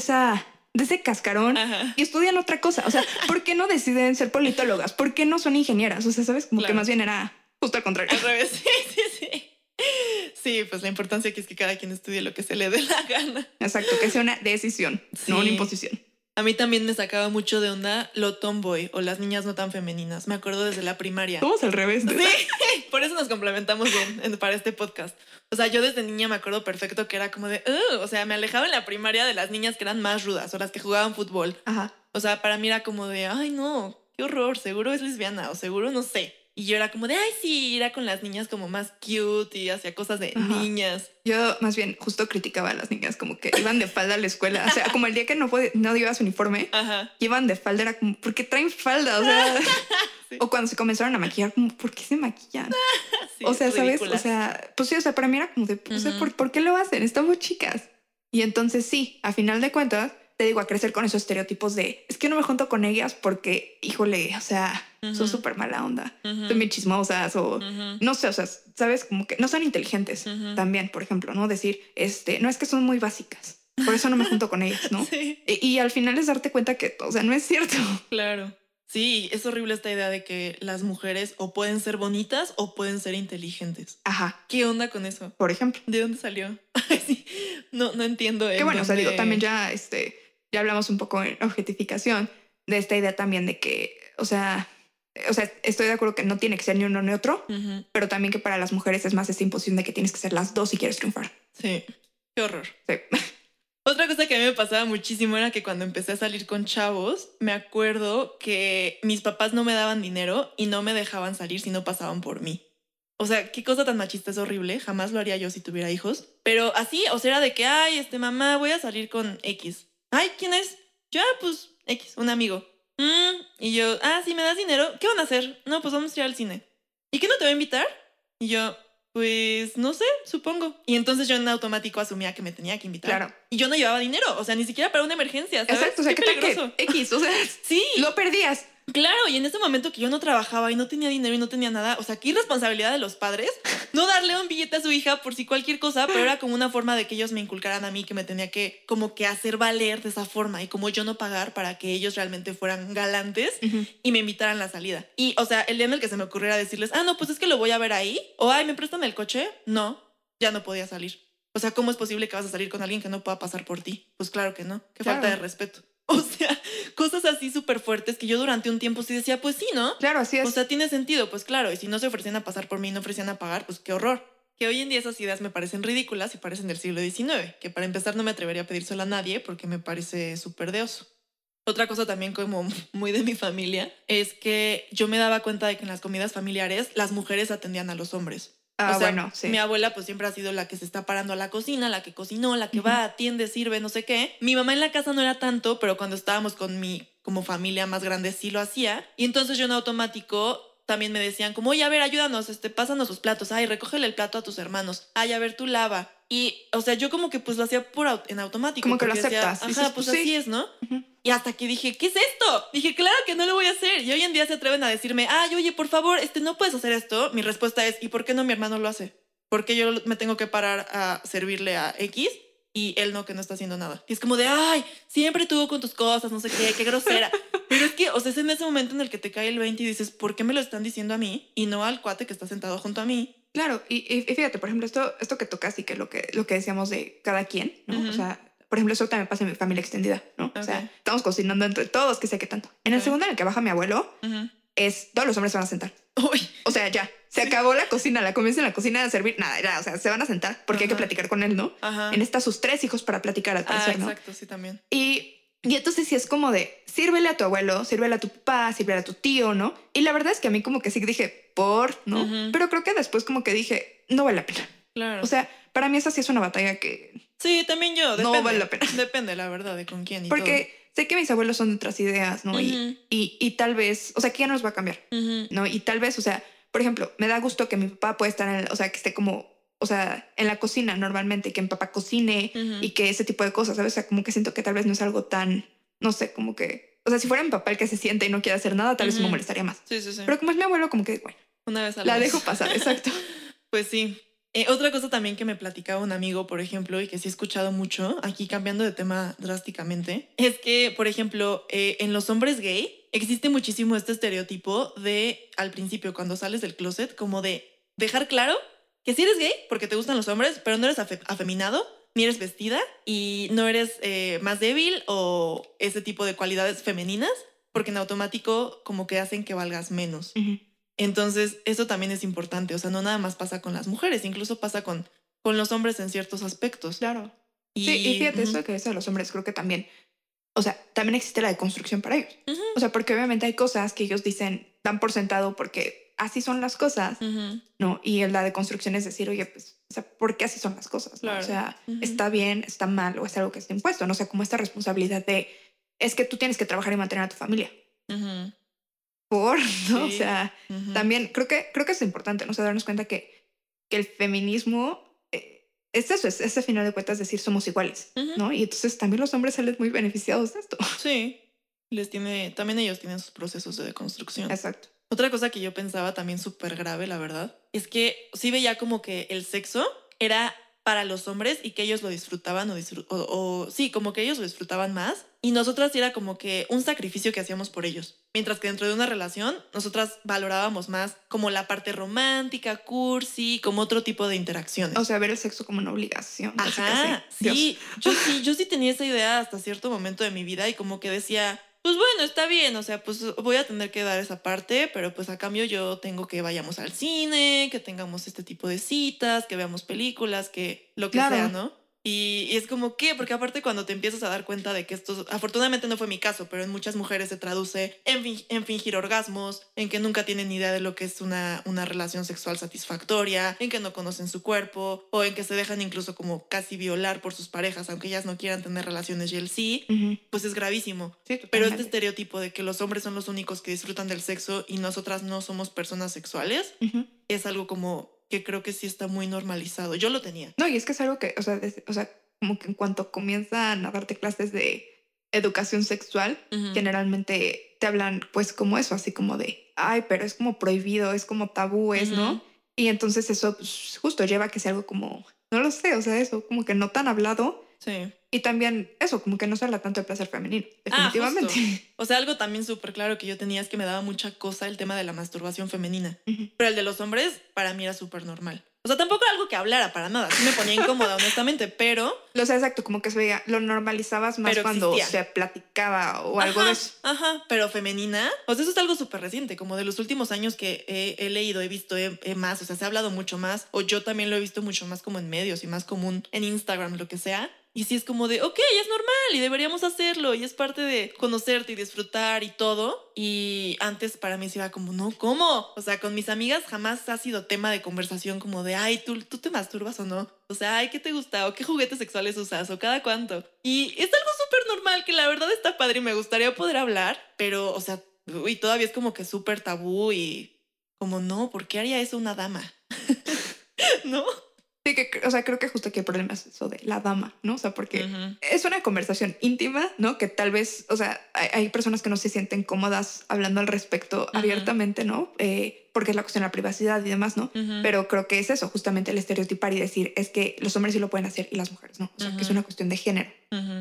ese cascarón y estudian otra cosa? O sea, ¿por qué no deciden ser politólogas? ¿Por qué no son ingenieras? O sea, ¿sabes? Como que más bien era justo al contrario. Al revés, sí. Sí, pues la importancia aquí es que cada quien estudie lo que se le dé la gana. Exacto, que sea una decisión, no una imposición. A mí también me sacaba mucho de onda lo tomboy o las niñas no tan femeninas. Me acuerdo desde la primaria. Somos al revés. Sí, por eso nos complementamos bien para este podcast. O sea, yo desde niña me acuerdo perfecto que era como de... o sea, me alejaba en la primaria de las niñas que eran más rudas o las que jugaban fútbol. Ajá. O sea, para mí era como de... Ay, no, qué horror, seguro es lesbiana o seguro no sé. Y yo era como de, ay, sí, era con las niñas como más cute y hacía cosas de niñas. Yo más bien justo criticaba a las niñas como que iban de falda a la escuela. O sea, como el día que no llevas uniforme, iban de falda, era como, ¿por qué traen falda? O sea, sí. O cuando se comenzaron a maquillar, como, ¿por qué se maquillan? Sí, o sea, ¿sabes? ridículas. O sea, pues sí, o sea, para mí era como de, pues, ¿por qué lo hacen? Estamos chicas. Y entonces sí, a final de cuentas, te digo, a crecer con esos estereotipos de, es que no me junto con ellas porque, híjole, o sea, son súper mala onda, son bien chismosas o no sé, o sea, sabes, como que no son inteligentes también, por ejemplo, ¿no? Decir, no es que son muy básicas, por eso no me junto con ellas, ¿no? Sí. Y al final es darte cuenta que, o sea, no es cierto. Claro. Sí, es horrible esta idea de que las mujeres o pueden ser bonitas o pueden ser inteligentes. Ajá. ¿Qué onda con eso? Por ejemplo. ¿De dónde salió? Sí, no entiendo. Que bueno, o sea, digo, también ya hablamos un poco en objetificación de esta idea también de que, o sea, estoy de acuerdo que no tiene que ser ni uno ni otro, pero también que para las mujeres es más esta imposición de que tienes que ser las dos si quieres triunfar. Sí, qué horror. Sí. Otra cosa que a mí me pasaba muchísimo era que cuando empecé a salir con chavos, me acuerdo que mis papás no me daban dinero y no me dejaban salir si no pasaban por mí. O sea, qué cosa tan machista, es horrible. Jamás lo haría yo si tuviera hijos. Pero así, o sea, era de que, ay, mamá, voy a salir con X. Ay, ¿quién es? Yo, pues, X, un amigo. Y yo, sí, ¿me das dinero? ¿Qué van a hacer? No, pues vamos a ir al cine. ¿Y qué no te va a invitar? Y yo, pues, no sé, supongo. Y entonces yo en automático asumía que me tenía que invitar. Claro. Y yo no llevaba dinero, o sea, ni siquiera para una emergencia, ¿sabes? Exacto, o sea, qué ¿qué tal peligroso. que X? O sea, sí. Lo perdías. Claro, y en ese momento que yo no trabajaba y no tenía dinero y no tenía nada, o sea, qué irresponsabilidad de los padres no darle un billete a su hija por si cualquier cosa, pero era como una forma de que ellos me inculcaran a mí que me tenía que como que hacer valer de esa forma y como yo no pagar para que ellos realmente fueran galantes y me invitaran a la salida. Y, o sea, el día en el que se me ocurriera decirles, no, pues es que lo voy a ver ahí, o ay, ¿me prestan el coche? No, ya no podía salir. O sea, ¿cómo es posible que vas a salir con alguien que no pueda pasar por ti? Pues claro que no, qué falta de respeto. O sea, cosas así súper fuertes que yo durante un tiempo sí decía, pues sí, ¿no? Claro, así es. O sea, tiene sentido, pues claro. Y si no se ofrecían a pasar por mí, no ofrecían a pagar, pues qué horror. Que hoy en día esas ideas me parecen ridículas y parecen del siglo XIX. Que para empezar no me atrevería a pedírselo a nadie porque me parece súper de oso. Otra cosa también como muy de mi familia es que yo me daba cuenta de que en las comidas familiares las mujeres atendían a los hombres. O sea, bueno, sí. Mi abuela pues siempre ha sido la que se está parando a la cocina, la que cocinó, la que va, atiende, sirve, no sé qué. Mi mamá en la casa no era tanto, pero cuando estábamos con mi como familia más grande sí lo hacía. Y entonces yo en automático también me decían como, oye, a ver, ayúdanos, pásanos los platos. Ay, recógele el plato a tus hermanos. Ay, a ver, tú lava. Y, o sea, yo como que pues lo hacía en automático. Como que lo decía, aceptas. Ajá, pues así es, ¿no? Y hasta que dije, ¿qué es esto? Dije, claro que no lo voy a hacer. Y hoy en día se atreven a decirme, oye, por favor, no puedes hacer esto. Mi respuesta es, ¿y por qué no mi hermano lo hace? ¿Por qué yo me tengo que parar a servirle a X y él no, que no está haciendo nada? Y es como de, siempre tú con tus cosas, no sé qué grosera. Pero es que, o sea, es en ese momento en el que te cae el 20 y dices, ¿por qué me lo están diciendo a mí y no al cuate que está sentado junto a mí? Claro, y fíjate, por ejemplo, esto que tocas y que lo que decíamos de cada quien, ¿no? O sea, por ejemplo, eso también pasa en mi familia extendida, ¿no? O sea, estamos cocinando entre todos, que sé qué tanto. En el segundo en el que baja mi abuelo, todos los hombres se van a sentar. O sea, ya, se acabó la cocina, la comienza en la cocina a servir, nada, ya, o sea, se van a sentar porque hay que platicar con él, ¿no? En esta sus 3 hijos para platicar al parecer, ¿no? Exacto, sí, también. Y entonces sí es como de, sírvele a tu abuelo, sírvele a tu papá, sírvele a tu tío, ¿no? Y la verdad es que a mí como que sí dije, ¿no? Pero creo que después como que dije, no vale la pena. Claro. O sea, para mí esa sí es una batalla que... Sí, también yo, depende. No vale la pena. Depende, la verdad, de con quién y porque sé que mis abuelos son de otras ideas, ¿no? Y tal vez, o sea, que ya nos va a cambiar, ¿no? Y tal vez, o sea, por ejemplo, me da gusto que mi papá pueda estar, o sea, que esté como, o sea, en la cocina normalmente, que mi papá cocine y que ese tipo de cosas, ¿sabes? O sea, como que siento que tal vez no es algo tan, no sé, como que, o sea, si fuera mi papá el que se siente y no quiere hacer nada, tal vez me molestaría más. Sí, sí, sí. Pero como es mi abuelo, como que, bueno, una vez a la dejo pasar, exacto. Pues sí. Otra cosa también que me platicaba un amigo, por ejemplo, y que sí he escuchado mucho, aquí cambiando de tema drásticamente, es que, por ejemplo, en los hombres gay existe muchísimo este estereotipo de, al principio, cuando sales del closet, como de dejar claro que sí eres gay porque te gustan los hombres, pero no eres afeminado, ni eres vestida y no eres más débil o ese tipo de cualidades femeninas, porque en automático como que hacen que valgas menos. Entonces, eso también es importante. O sea, no nada más pasa con las mujeres, incluso pasa con los hombres en ciertos aspectos. Claro. Sí, y fíjate, eso que dice de los hombres, creo que también, o sea, también existe la deconstrucción para ellos. O sea, porque obviamente hay cosas que ellos dicen, dan por sentado porque así son las cosas, ¿no? Y la deconstrucción es decir, oye, pues, o sea, ¿por qué así son las cosas? ¿No? O sea, está bien, está mal o es algo que está impuesto, ¿no? O sea, como esta responsabilidad de, es que tú tienes que trabajar y mantener a tu familia. ¿no? Sí. O sea, también creo que es importante, ¿no? O sea, darnos cuenta que el feminismo es eso, es ese final de cuentas decir somos iguales, ¿no? Y entonces también los hombres salen muy beneficiados de esto. Sí, también ellos tienen sus procesos de deconstrucción. Exacto. Otra cosa que yo pensaba también súper grave, la verdad, es que sí veía como que el sexo era para los hombres y que ellos lo disfrutaban o sí, como que ellos lo disfrutaban más y nosotras era como que un sacrificio que hacíamos por ellos. Mientras que dentro de una relación, nosotras valorábamos más como la parte romántica, cursi, como otro tipo de interacciones. O sea, ver el sexo como una obligación. Ajá, sí, yo sí tenía esa idea hasta cierto momento de mi vida y como que decía, pues bueno, está bien, o sea, pues voy a tener que dar esa parte, pero pues a cambio yo tengo que vayamos al cine, que tengamos este tipo de citas, que veamos películas, que lo que sea, ¿no? Y es como, ¿qué? Porque aparte cuando te empiezas a dar cuenta de que esto, afortunadamente no fue mi caso, pero en muchas mujeres se traduce en fingir orgasmos, en que nunca tienen ni idea de lo que es una relación sexual satisfactoria, en que no conocen su cuerpo, o en que se dejan incluso como casi violar por sus parejas, aunque ellas no quieran tener relaciones y él sí, pues es gravísimo. Sí, pero este estereotipo de que los hombres son los únicos que disfrutan del sexo y nosotras no somos personas sexuales, es algo como que creo que sí está muy normalizado. Yo lo tenía. No, y es que es algo que, o sea, como que en cuanto comienzan a darte clases de educación sexual, generalmente te hablan pues como eso, así como de, ay, pero es como prohibido, es como tabúes, ¿no? Y entonces eso pues, justo lleva a que sea algo como, no lo sé, o sea, eso como que no tan hablado. Sí. Y también eso, como que no se habla tanto de placer femenino, definitivamente. O sea, algo también súper claro que yo tenía es que me daba mucha cosa el tema de la masturbación femenina. Pero el de los hombres, para mí era súper normal. O sea, tampoco era algo que hablara para nada. Sí me ponía incómoda, honestamente, pero... O sea, exacto, como que se veía, lo normalizabas más cuando se platicaba o algo de eso. Ajá, pero femenina, o sea, eso es algo súper reciente, como de los últimos años que he leído, he visto más, o sea, se ha hablado mucho más, o yo también lo he visto mucho más como en medios y más común en Instagram, lo que sea. Y sí es como de, ok, es normal y deberíamos hacerlo y es parte de conocerte y disfrutar y todo. Y antes para mí se iba como, no, ¿cómo? O sea, con mis amigas jamás ha sido tema de conversación como de, ay, ¿tú te masturbas o no? O sea, ay, ¿qué te gusta? ¿O qué juguetes sexuales usas? ¿O cada cuánto? Y es algo súper normal que la verdad está padre y me gustaría poder hablar, pero, o sea, uy, todavía es como que súper tabú y como, no, ¿por qué haría eso una dama? ¿No? Sí, o sea, creo que justo aquí el problema es eso de la dama, ¿no? O sea, porque es una conversación íntima, ¿no? Que tal vez, o sea, hay personas que no se sienten cómodas hablando al respecto abiertamente, ¿no? Porque es la cuestión de la privacidad y demás, ¿no? Pero creo que es eso, justamente el estereotipar y decir, es que los hombres sí lo pueden hacer y las mujeres no. O sea, que es una cuestión de género.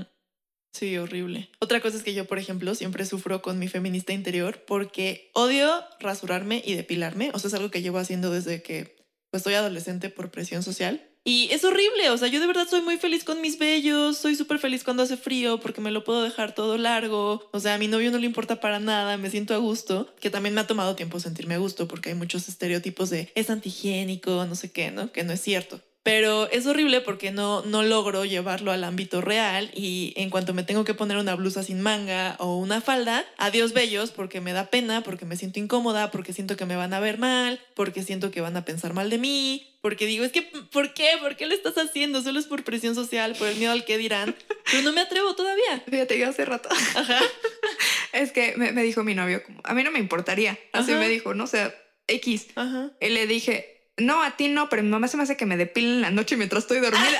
Sí, horrible. Otra cosa es que yo, por ejemplo, siempre sufro con mi feminista interior porque odio rasurarme y depilarme. O sea, es algo que llevo haciendo desde que pues soy adolescente por presión social. Y es horrible, o sea, yo de verdad soy muy feliz con mis vellos, soy súper feliz cuando hace frío porque me lo puedo dejar todo largo. O sea, a mi novio no le importa para nada, me siento a gusto, que también me ha tomado tiempo sentirme a gusto porque hay muchos estereotipos de es antihigiénico, no sé qué, ¿no? Que no es cierto. Pero es horrible porque no logro llevarlo al ámbito real y en cuanto me tengo que poner una blusa sin manga o una falda, adiós vellos porque me da pena, porque me siento incómoda, porque siento que me van a ver mal, porque siento que van a pensar mal de mí, porque digo, es que, ¿por qué? ¿Por qué lo estás haciendo? Solo es por presión social, por el miedo al que dirán, pero no me atrevo todavía. Fíjate, yo hace rato. Ajá. Es que me dijo mi novio, como, a mí no me importaría. Así me dijo, no sé, X. Y le dije... No, a ti no, pero mi mamá se me hace que me depile en la noche mientras estoy dormida.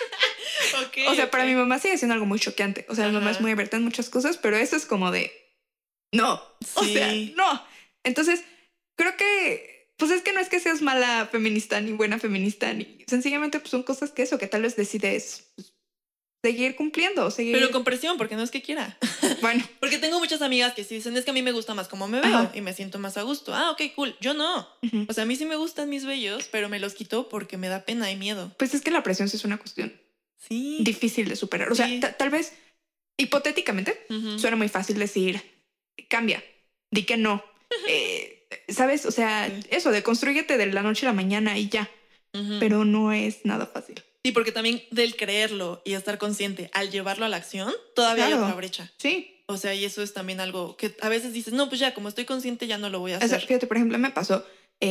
O sea, para mi mamá sigue siendo algo muy choqueante. O sea, mi mamá es muy abierta en muchas cosas, pero eso es como de... No, o sea, no. Entonces, creo que... Pues es que no es que seas mala feminista ni buena feminista, ni sencillamente pues son cosas que eso, que tal vez decides pues, seguir cumpliendo, seguir... Pero con presión, porque no es que quiera. Bueno. Porque tengo muchas amigas que sí dicen, es que a mí me gusta más como me veo y me siento más a gusto. Ah, ok, cool. Yo no. O sea, a mí sí me gustan mis vellos, pero me los quito porque me da pena y miedo. Pues es que la presión sí es una cuestión difícil de superar. O sea, tal vez, hipotéticamente, suena muy fácil decir, cambia, di que no. ¿Sabes? O sea, eso de construyete de la noche a la mañana y ya. Pero no es nada fácil. Sí, porque también del creerlo y estar consciente al llevarlo a la acción, todavía hay otra brecha. Sí. O sea, y eso es también algo que a veces dices, no, pues ya, como estoy consciente, ya no lo voy a hacer. O sea, fíjate, por ejemplo, me pasó,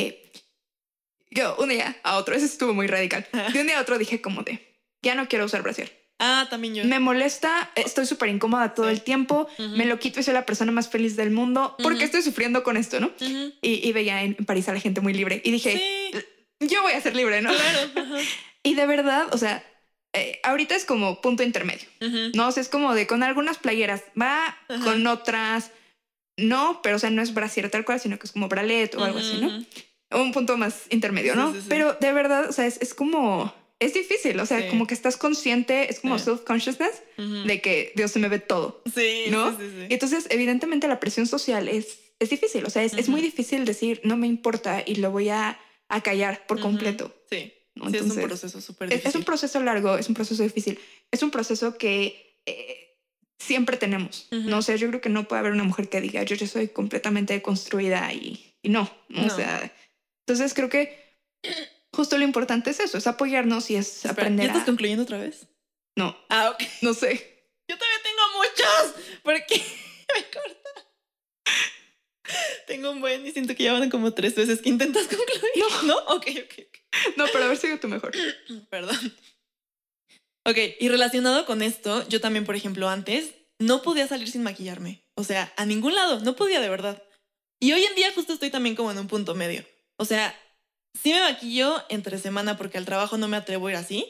yo un día a otro, eso estuvo muy radical. De un día a otro dije como de, ya no quiero usar brasier. También yo. Me molesta, estoy súper incómoda todo el tiempo, me lo quito y soy la persona más feliz del mundo. ¿Por qué estoy sufriendo con esto, no? Y veía en París a la gente muy libre y dije, yo voy a ser libre, ¿no? Claro. Y de verdad, o sea, ahorita es como punto intermedio, ¿no? O sea, es como de con algunas playeras va, con otras no, pero o sea, no es brasier tal cual, sino que es como bralet o algo así, ¿no? Un punto más intermedio, ¿no? Sí. Pero de verdad, o sea, es como... Es difícil, o sea, como que estás consciente, es como self-consciousness de que Dios se me ve todo, ¿no? Sí. Y entonces, evidentemente, la presión social es difícil, o sea, es muy difícil decir, no me importa y lo voy a callar por completo. Sí. ¿no? Sí, Entonces, es un proceso súper difícil. Es un proceso largo, es un proceso difícil, es un proceso que siempre tenemos, ¿no? O sea, yo creo que no puede haber una mujer que diga, yo soy completamente deconstruida y no. O sea, entonces creo que justo lo importante es eso, es apoyarnos y es aprender. ¿Ya estás concluyendo otra vez? No. Ah, ok. No sé. Yo también tengo muchos. ¿Por qué me corta? Tengo un buen y siento que ya van como 3 veces que intentas concluir. ¿No? Ok. No, pero a ver, sigue tú mejor. Perdón. Ok, y relacionado con esto, yo también, por ejemplo, antes no podía salir sin maquillarme. O sea, a ningún lado, no podía de verdad. Y hoy en día justo estoy también como en un punto medio. O sea, sí me maquillo entre semana porque al trabajo no me atrevo a ir así,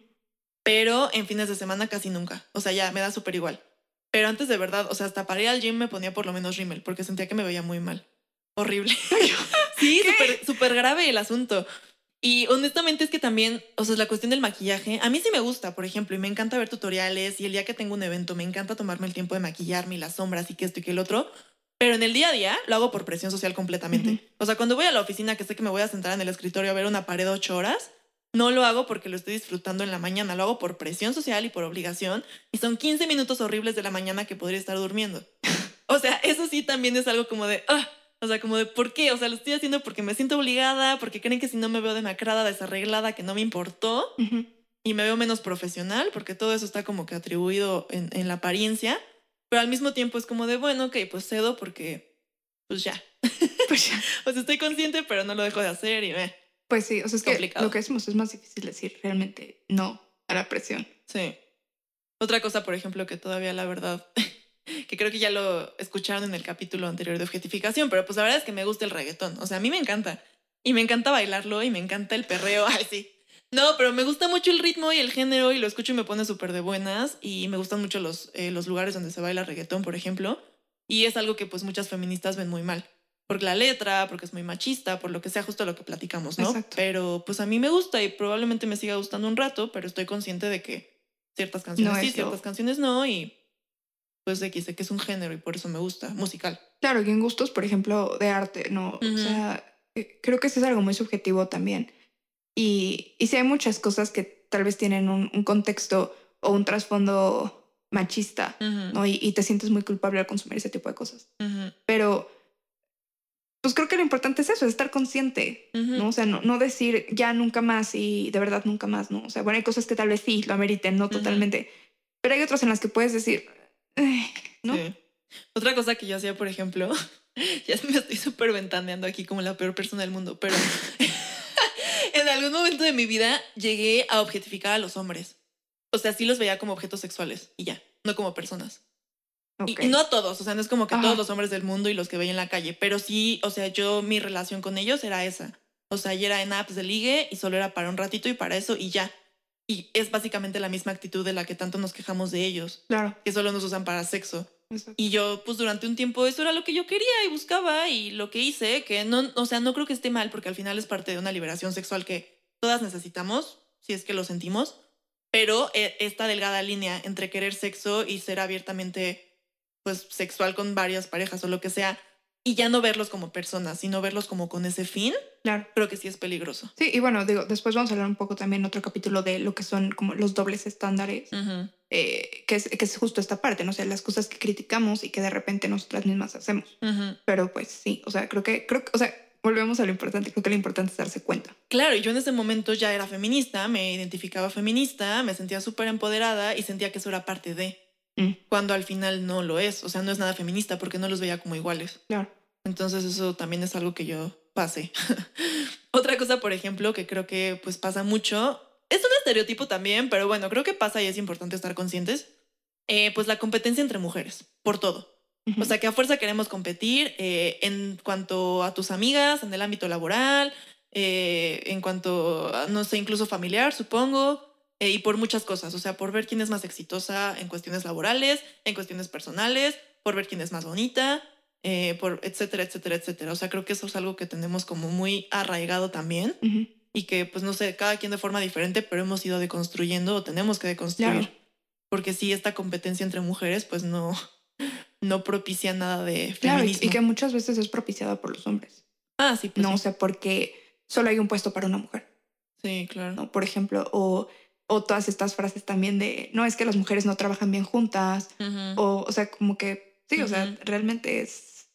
pero en fines de semana casi nunca. O sea, ya me da súper igual. Pero antes de verdad, o sea, hasta para ir al gym me ponía por lo menos rímel porque sentía que me veía muy mal. Horrible. Sí, súper grave el asunto. Y honestamente es que también, o sea, la cuestión del maquillaje, a mí sí me gusta, por ejemplo, y me encanta ver tutoriales y el día que tengo un evento me encanta tomarme el tiempo de maquillarme y las sombras y que esto y que el otro, pero en el día a día lo hago por presión social completamente. O sea, cuando voy a la oficina que sé que me voy a sentar en el escritorio a ver una pared 8 horas, no lo hago porque lo estoy disfrutando en la mañana, lo hago por presión social y por obligación y son 15 minutos horribles de la mañana que podría estar durmiendo. O sea, eso sí también es algo como de... O sea, como de ¿por qué? O sea, lo estoy haciendo porque me siento obligada, porque creen que si no me veo demacrada, desarreglada, que no me importó y me veo menos profesional, porque todo eso está como que atribuido en la apariencia, pero al mismo tiempo es como de, bueno, ok, pues cedo porque pues ya. Pues ya. O sea, estoy consciente, pero no lo dejo de hacer y Pues sí, o sea, es complicado. Que lo que decimos es más difícil decir realmente no a la presión. Sí. Otra cosa, por ejemplo, que todavía la verdad... que creo que ya lo escucharon en el capítulo anterior de objetificación, pero pues la verdad es que me gusta el reggaetón. O sea, a mí me encanta. Y me encanta bailarlo y me encanta el perreo. Ay, sí. No, pero me gusta mucho el ritmo y el género y lo escucho y me pone súper de buenas. Y me gustan mucho los lugares donde se baila reggaetón, por ejemplo. Y es algo que pues muchas feministas ven muy mal. Por la letra, porque es muy machista, por lo que sea, justo lo que platicamos, ¿no? Exacto. Pero pues a mí me gusta y probablemente me siga gustando un rato, pero estoy consciente de que ciertas canciones No sí, es ciertas canciones no y... pues X, sé que es un género y por eso me gusta, musical. Claro, y en gustos, por ejemplo, de arte, ¿no? O sea, creo que eso es algo muy subjetivo también. Y sí hay muchas cosas que tal vez tienen un contexto o un trasfondo machista, ¿no? Y te sientes muy culpable al consumir ese tipo de cosas. Pero, pues creo que lo importante es eso, es estar consciente, ¿no? O sea, no decir ya nunca más y de verdad nunca más, ¿no? O sea, bueno, hay cosas que tal vez sí lo ameriten, no totalmente. Pero hay otras en las que puedes decir, ¿no? Sí. Otra cosa que yo hacía, por ejemplo, ya me estoy súper ventaneando aquí como la peor persona del mundo, pero en algún momento de mi vida llegué a objetificar a los hombres. O sea, sí los veía como objetos sexuales y ya, no como personas. Okay. Y no a todos, o sea, no es como que todos los hombres del mundo y los que veía en la calle, pero sí, o sea, mi relación con ellos era esa. O sea, ya era en apps de ligue y solo era para un ratito y para eso y ya. Y es básicamente la misma actitud de la que tanto nos quejamos de ellos. Claro. Que solo nos usan para sexo. Exacto. Y yo, pues durante un tiempo eso era lo que yo quería y buscaba y lo que hice, que no, o sea, no creo que esté mal porque al final es parte de una liberación sexual que todas necesitamos, si es que lo sentimos, pero esta delgada línea entre querer sexo y ser abiertamente, pues, sexual con varias parejas o lo que sea, y ya no verlos como personas, sino verlos como con ese fin, claro, creo que sí es peligroso. Sí, y bueno, digo, después vamos a hablar un poco también en otro capítulo de lo que son como los dobles estándares, que es justo esta parte, ¿no? O sea, las cosas que criticamos y que de repente nosotras mismas hacemos. Pero pues sí, o sea, creo que, o sea, volvemos a lo importante, creo que lo importante es darse cuenta. Claro, y yo en ese momento ya era feminista, me identificaba feminista, me sentía súper empoderada y sentía que eso era parte de... Cuando al final no lo es, o sea, no es nada feminista porque no los veía como iguales. Claro. Entonces eso también es algo que yo pasé. Otra cosa, por ejemplo, que creo que pues pasa mucho, es un estereotipo también, pero bueno, creo que pasa y es importante estar conscientes, pues la competencia entre mujeres, por todo. O sea, que a fuerza queremos competir en cuanto a tus amigas, en el ámbito laboral, en cuanto a, no sé, incluso familiar, supongo. Y por muchas cosas, o sea, por ver quién es más exitosa en cuestiones laborales, en cuestiones personales, por ver quién es más bonita, por etcétera, etcétera, etcétera. O sea, creo que eso es algo que tenemos como muy arraigado también y que, pues no sé, cada quien de forma diferente, pero hemos ido deconstruyendo o tenemos que deconstruir. Claro. Porque sí, esta competencia entre mujeres, pues no propicia nada de feminismo. Claro, y que muchas veces es propiciada por los hombres. Ah, sí, pues no, sí. O sea, porque solo hay un puesto para una mujer. Sí, claro. ¿No? Por ejemplo, o todas estas frases también de, no, es que las mujeres no trabajan bien juntas, o sea, como que, sí, o sea, realmente es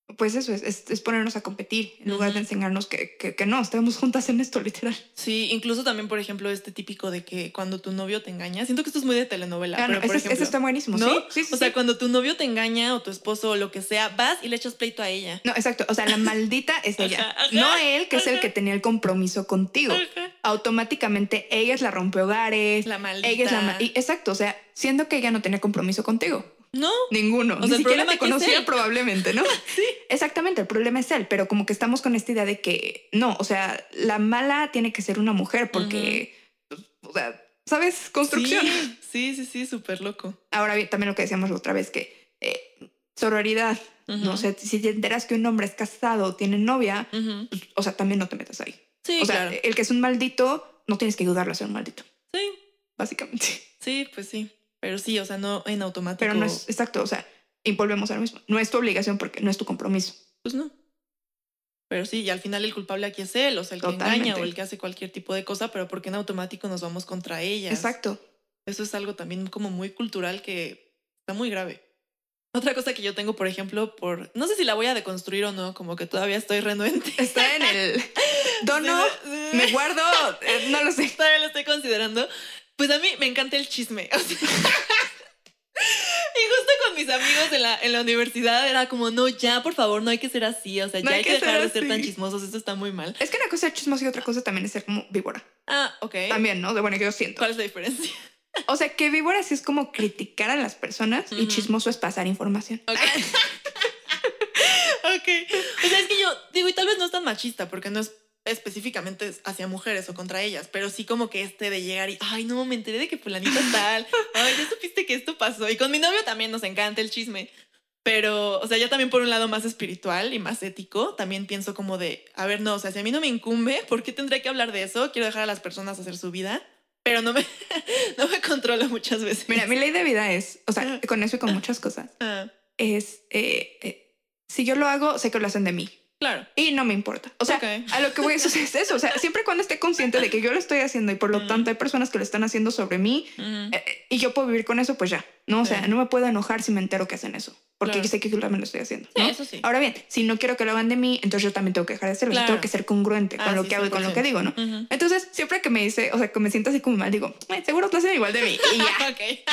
pues eso es ponernos a competir en lugar de enseñarnos que no, estamos juntas en esto, literal. Sí, incluso también, por ejemplo, este típico de que cuando tu novio te engaña, siento que esto es muy de telenovela. Ah, pero, no, por ese ejemplo, está buenísimo, ¿no? Sí, o sea, cuando tu novio te engaña o tu esposo o lo que sea, vas y le echas pleito a ella. No, exacto. O sea, la maldita es ella. Ajá, No él, que es el que tenía el compromiso contigo. Ajá. Automáticamente ella es la rompehogares. La maldita. Ella es exacto, o sea, siendo que ella no tenía compromiso contigo. No. Ninguno. O sea, Ni el siquiera problema te aquí es conocía él. probablemente, ¿no? Sí. Exactamente, el problema es él, pero como que estamos con esta idea de que no, o sea, la mala tiene que ser una mujer porque, o sea, ¿sabes? Construcción. Sí, súper loco. Ahora bien, también lo que decíamos la otra vez, que sororidad, ¿no? O sea, si te enteras que un hombre es casado o tiene novia, pues, o sea, también no te metas ahí. Sí, o sea, claro. el que es un maldito, no tienes que ayudarlo a ser un maldito. Sí. Básicamente. Sí, pues sí. Pero sí, o sea, no en automático. Pero no es exacto, o sea, y volvemos a lo mismo. No es tu obligación porque no es tu compromiso. Pues no. Pero sí, y al final el culpable aquí es él, o sea, el que engaña o el que hace cualquier tipo de cosa, pero porque en automático nos vamos contra ellas. Exacto. Eso es algo también como muy cultural que está muy grave. Otra cosa que yo tengo, por ejemplo, no sé si la voy a deconstruir o no, como que todavía estoy renuente. Está en el dono, Sí. me guardo, no lo sé. Todavía lo estoy considerando. Pues a mí me encanta el chisme. O sea, y justo con mis amigos en la universidad era como, no, ya, por favor, no hay que ser así. O sea, No ya hay hay que que dejar ser de ser tan así. chismosos. Esto está muy mal. Es que una cosa es chismoso y otra cosa también es ser como víbora. Ah, ok. También, ¿no? De bueno, que yo siento. ¿Cuál es la diferencia? O sea, que víbora sí es como criticar a las personas y chismoso es pasar información. Ok. Ok. O sea, es que yo digo, y tal vez no es tan machista porque no es específicamente hacia mujeres o contra ellas, pero sí como que de llegar y, ay, no, me enteré de que fulanita tal, ay, ya supiste que esto pasó. Y con mi novio también nos encanta el chisme. Pero, o sea, ya también por un lado más espiritual y más ético, también pienso como de, a ver, no, o sea, si a mí no me incumbe, ¿por qué tendría que hablar de eso? Quiero dejar a las personas hacer su vida, pero no me controlo muchas veces. Mira, mi ley de vida es, o sea, con eso y con muchas cosas, es, si yo lo hago, sé que lo hacen de mí. Claro. Y no me importa. O sea, a lo que voy es eso. O sea, siempre y cuando esté consciente de que yo lo estoy haciendo y por lo tanto hay personas que lo están haciendo sobre mí y yo puedo vivir con eso, pues ya. No, o sea, no me puedo enojar si me entero que hacen eso. Porque yo sé que yo también lo estoy haciendo, ¿no? Sí, eso sí. Ahora bien, si no quiero que lo hagan de mí, entonces yo también tengo que dejar de hacerlo. Yo tengo que ser congruente con lo que hago y con lo que digo, ¿no? Entonces, siempre que me dice, o sea, que me siento así como mal, digo, seguro lo hacen igual de mí. Y ya. Ok.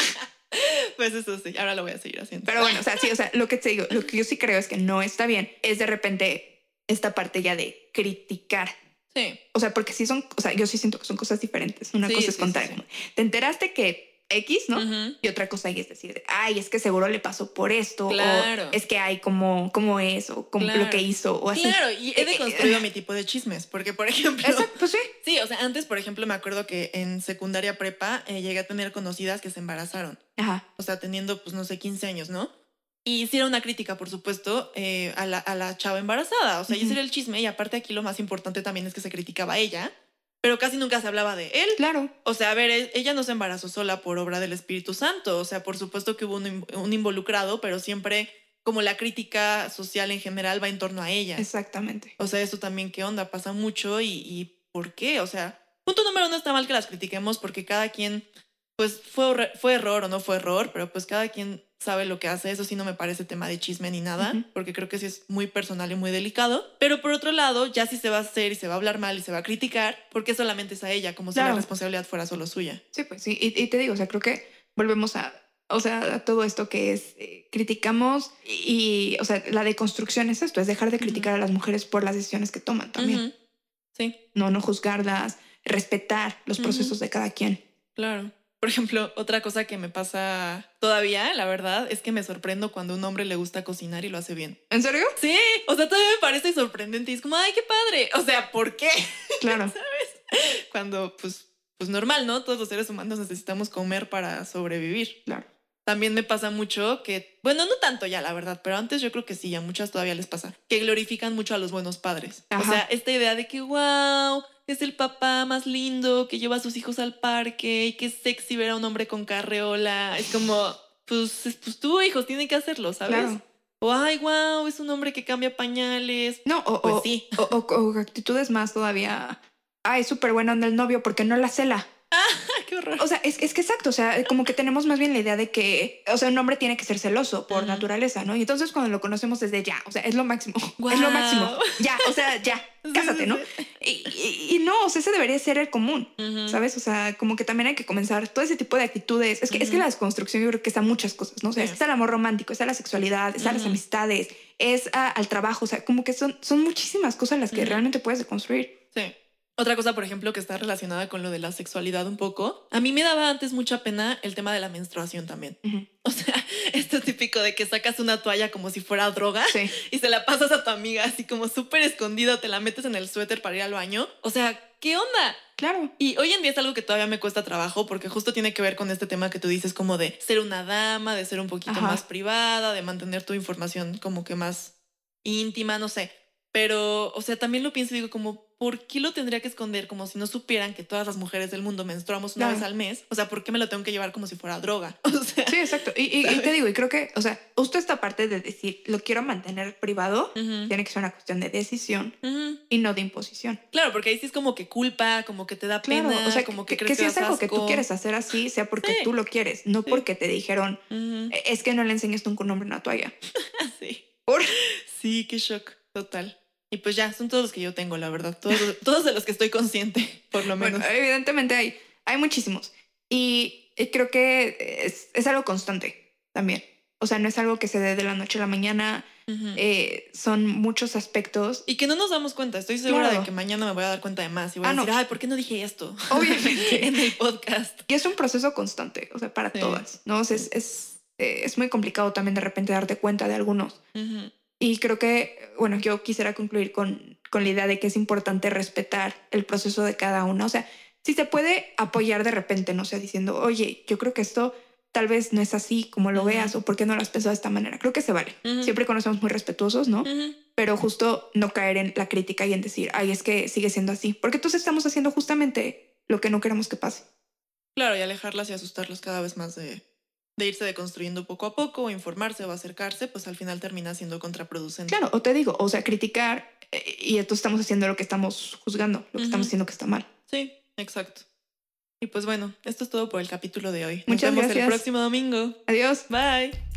Pues eso sí, ahora lo voy a seguir haciendo. Pero bueno, o sea, sí, o sea, lo que te digo, lo que yo sí creo es que no está bien es de repente esta parte ya de criticar. Sí. O sea, porque sí son, o sea, yo sí siento que son cosas diferentes. Una cosa es contar, como, te enteraste que X, ¿no? Y otra cosa ahí es decir, ay, es que seguro le pasó por esto. Claro. O es que hay como es, o como lo que hizo, o así. Claro, y he deconstruido mi tipo de chismes, porque, por ejemplo... Exacto, pues sí. Sí, o sea, antes, por ejemplo, me acuerdo que en secundaria prepa llegué a tener conocidas que se embarazaron. Ajá. O sea, teniendo, pues, no sé, 15 años, ¿no? Y hicieron una crítica, por supuesto, a la chava embarazada. O sea, y ese era el chisme. Y aparte aquí lo más importante también es que se criticaba a ella, pero casi nunca se hablaba de él. Claro. O sea, a ver, ella no se embarazó sola por obra del Espíritu Santo. O sea, por supuesto que hubo un involucrado, pero siempre como la crítica social en general va en torno a ella. Exactamente. O sea, eso también, ¿qué onda? Pasa mucho y ¿por qué? O sea, punto número uno, está mal que las critiquemos porque cada quien, pues, fue error o no fue error, pero pues cada quien sabe lo que hace. Eso sí no me parece tema de chisme ni nada, porque creo que sí es muy personal y muy delicado. Pero por otro lado, ya sí se va a hacer y se va a hablar mal y se va a criticar, porque solamente es a ella, como si la responsabilidad fuera solo suya. Sí, pues sí. Y te digo, o sea, creo que volvemos a todo esto que es, criticamos y, o sea, la deconstrucción es esto, es dejar de criticar a las mujeres por las decisiones que toman también. Sí. No juzgarlas, respetar los procesos de cada quien. Claro. Por ejemplo, otra cosa que me pasa todavía, la verdad, es que me sorprendo cuando a un hombre le gusta cocinar y lo hace bien. ¿En serio? Sí, o sea, todavía me parece sorprendente y es como, ay, qué padre. O sea, ¿por qué? Claro. ¿Sabes? Cuando, pues normal, ¿no? Todos los seres humanos necesitamos comer para sobrevivir. Claro. También me pasa mucho que, bueno, no tanto ya, la verdad, pero antes yo creo que sí, a muchas todavía les pasa, que glorifican mucho a los buenos padres. Ajá. O sea, esta idea de que, wow, es el papá más lindo que lleva a sus hijos al parque y qué sexy ver a un hombre con carreola. Es como, pues tú, hijos, tienen que hacerlo, ¿sabes? Claro. O, ay, wow, es un hombre que cambia pañales. No, pues sí. O actitudes más todavía. Ay, súper buena onda el novio, porque no la cela. Qué horror. O sea, es que exacto, o sea, como que tenemos más bien la idea de que, o sea, un hombre tiene que ser celoso por naturaleza, ¿no? Y entonces cuando lo conocemos desde ya, o sea, es lo máximo, Wow. es lo máximo, ya, o sea, ya, cásate, ¿no? Y no, o sea, ese debería ser el común, ¿sabes? O sea, como que también hay que comenzar todo ese tipo de actitudes. Es que la desconstrucción yo creo que está a muchas cosas, ¿no? O sea, es el amor romántico, es a la sexualidad, es a las amistades, es al trabajo, o sea, como que son muchísimas cosas las que realmente puedes deconstruir. Sí. Otra cosa, por ejemplo, que está relacionada con lo de la sexualidad un poco. A mí me daba antes mucha pena el tema de la menstruación también. O sea, esto es típico de que sacas una toalla como si fuera droga y se la pasas a tu amiga así como súper escondida, te la metes en el suéter para ir al baño. O sea, ¿qué onda? Claro. Y hoy en día es algo que todavía me cuesta trabajo porque justo tiene que ver con este tema que tú dices como de ser una dama, de ser un poquito más privada, de mantener tu información como que más íntima, no sé. Pero, o sea, también lo pienso y digo como, ¿por qué lo tendría que esconder como si no supieran que todas las mujeres del mundo menstruamos una vez al mes? O sea, ¿por qué me lo tengo que llevar como si fuera droga? O sea, sí, exacto. Y te digo, y creo que, o sea, justo esta parte de decir, lo quiero mantener privado, tiene que ser una cuestión de decisión y no de imposición. Claro, porque ahí sí es como que culpa, como que te da pena, o sea, como que crees si es algo asco. que tú quieres hacer así, sea porque tú lo quieres, no porque te dijeron, es que no le enseñaste a un hombre una toalla. Sí. ¿Por? Sí, qué shock, total. Y pues ya, son todos los que yo tengo, la verdad. Todos de los que estoy consciente, por lo menos. Bueno, evidentemente hay muchísimos. Y creo que es algo constante también. O sea, no es algo que se dé de la noche a la mañana. Son muchos aspectos. Y que no nos damos cuenta. Estoy segura de que mañana me voy a dar cuenta de más. Y voy a decir, ay, ¿por qué no dije esto? Obviamente. En el podcast. Y es un proceso constante, o sea, para todas, ¿no? O sea, es muy complicado también de repente darte cuenta de algunos. Y creo que, bueno, yo quisiera concluir con la idea de que es importante respetar el proceso de cada una. O sea, si se puede apoyar de repente, no sé, diciendo, oye, yo creo que esto tal vez no es así como lo veas o por qué no lo has pensado de esta manera. Creo que se vale. Siempre que nos somos muy respetuosos, ¿no? Pero justo no caer en la crítica y en decir, ay, es que sigue siendo así. Porque entonces estamos haciendo justamente lo que no queremos que pase. Claro, y alejarlas y asustarlas cada vez más de irse deconstruyendo poco a poco, o informarse o acercarse, pues al final termina siendo contraproducente. Claro, o te digo, o sea, criticar y entonces estamos haciendo lo que estamos juzgando, lo que estamos haciendo que está mal. Sí, exacto. Y pues bueno, esto es todo por el capítulo de hoy. Muchas Nos vemos gracias. el próximo domingo. Adiós. Bye.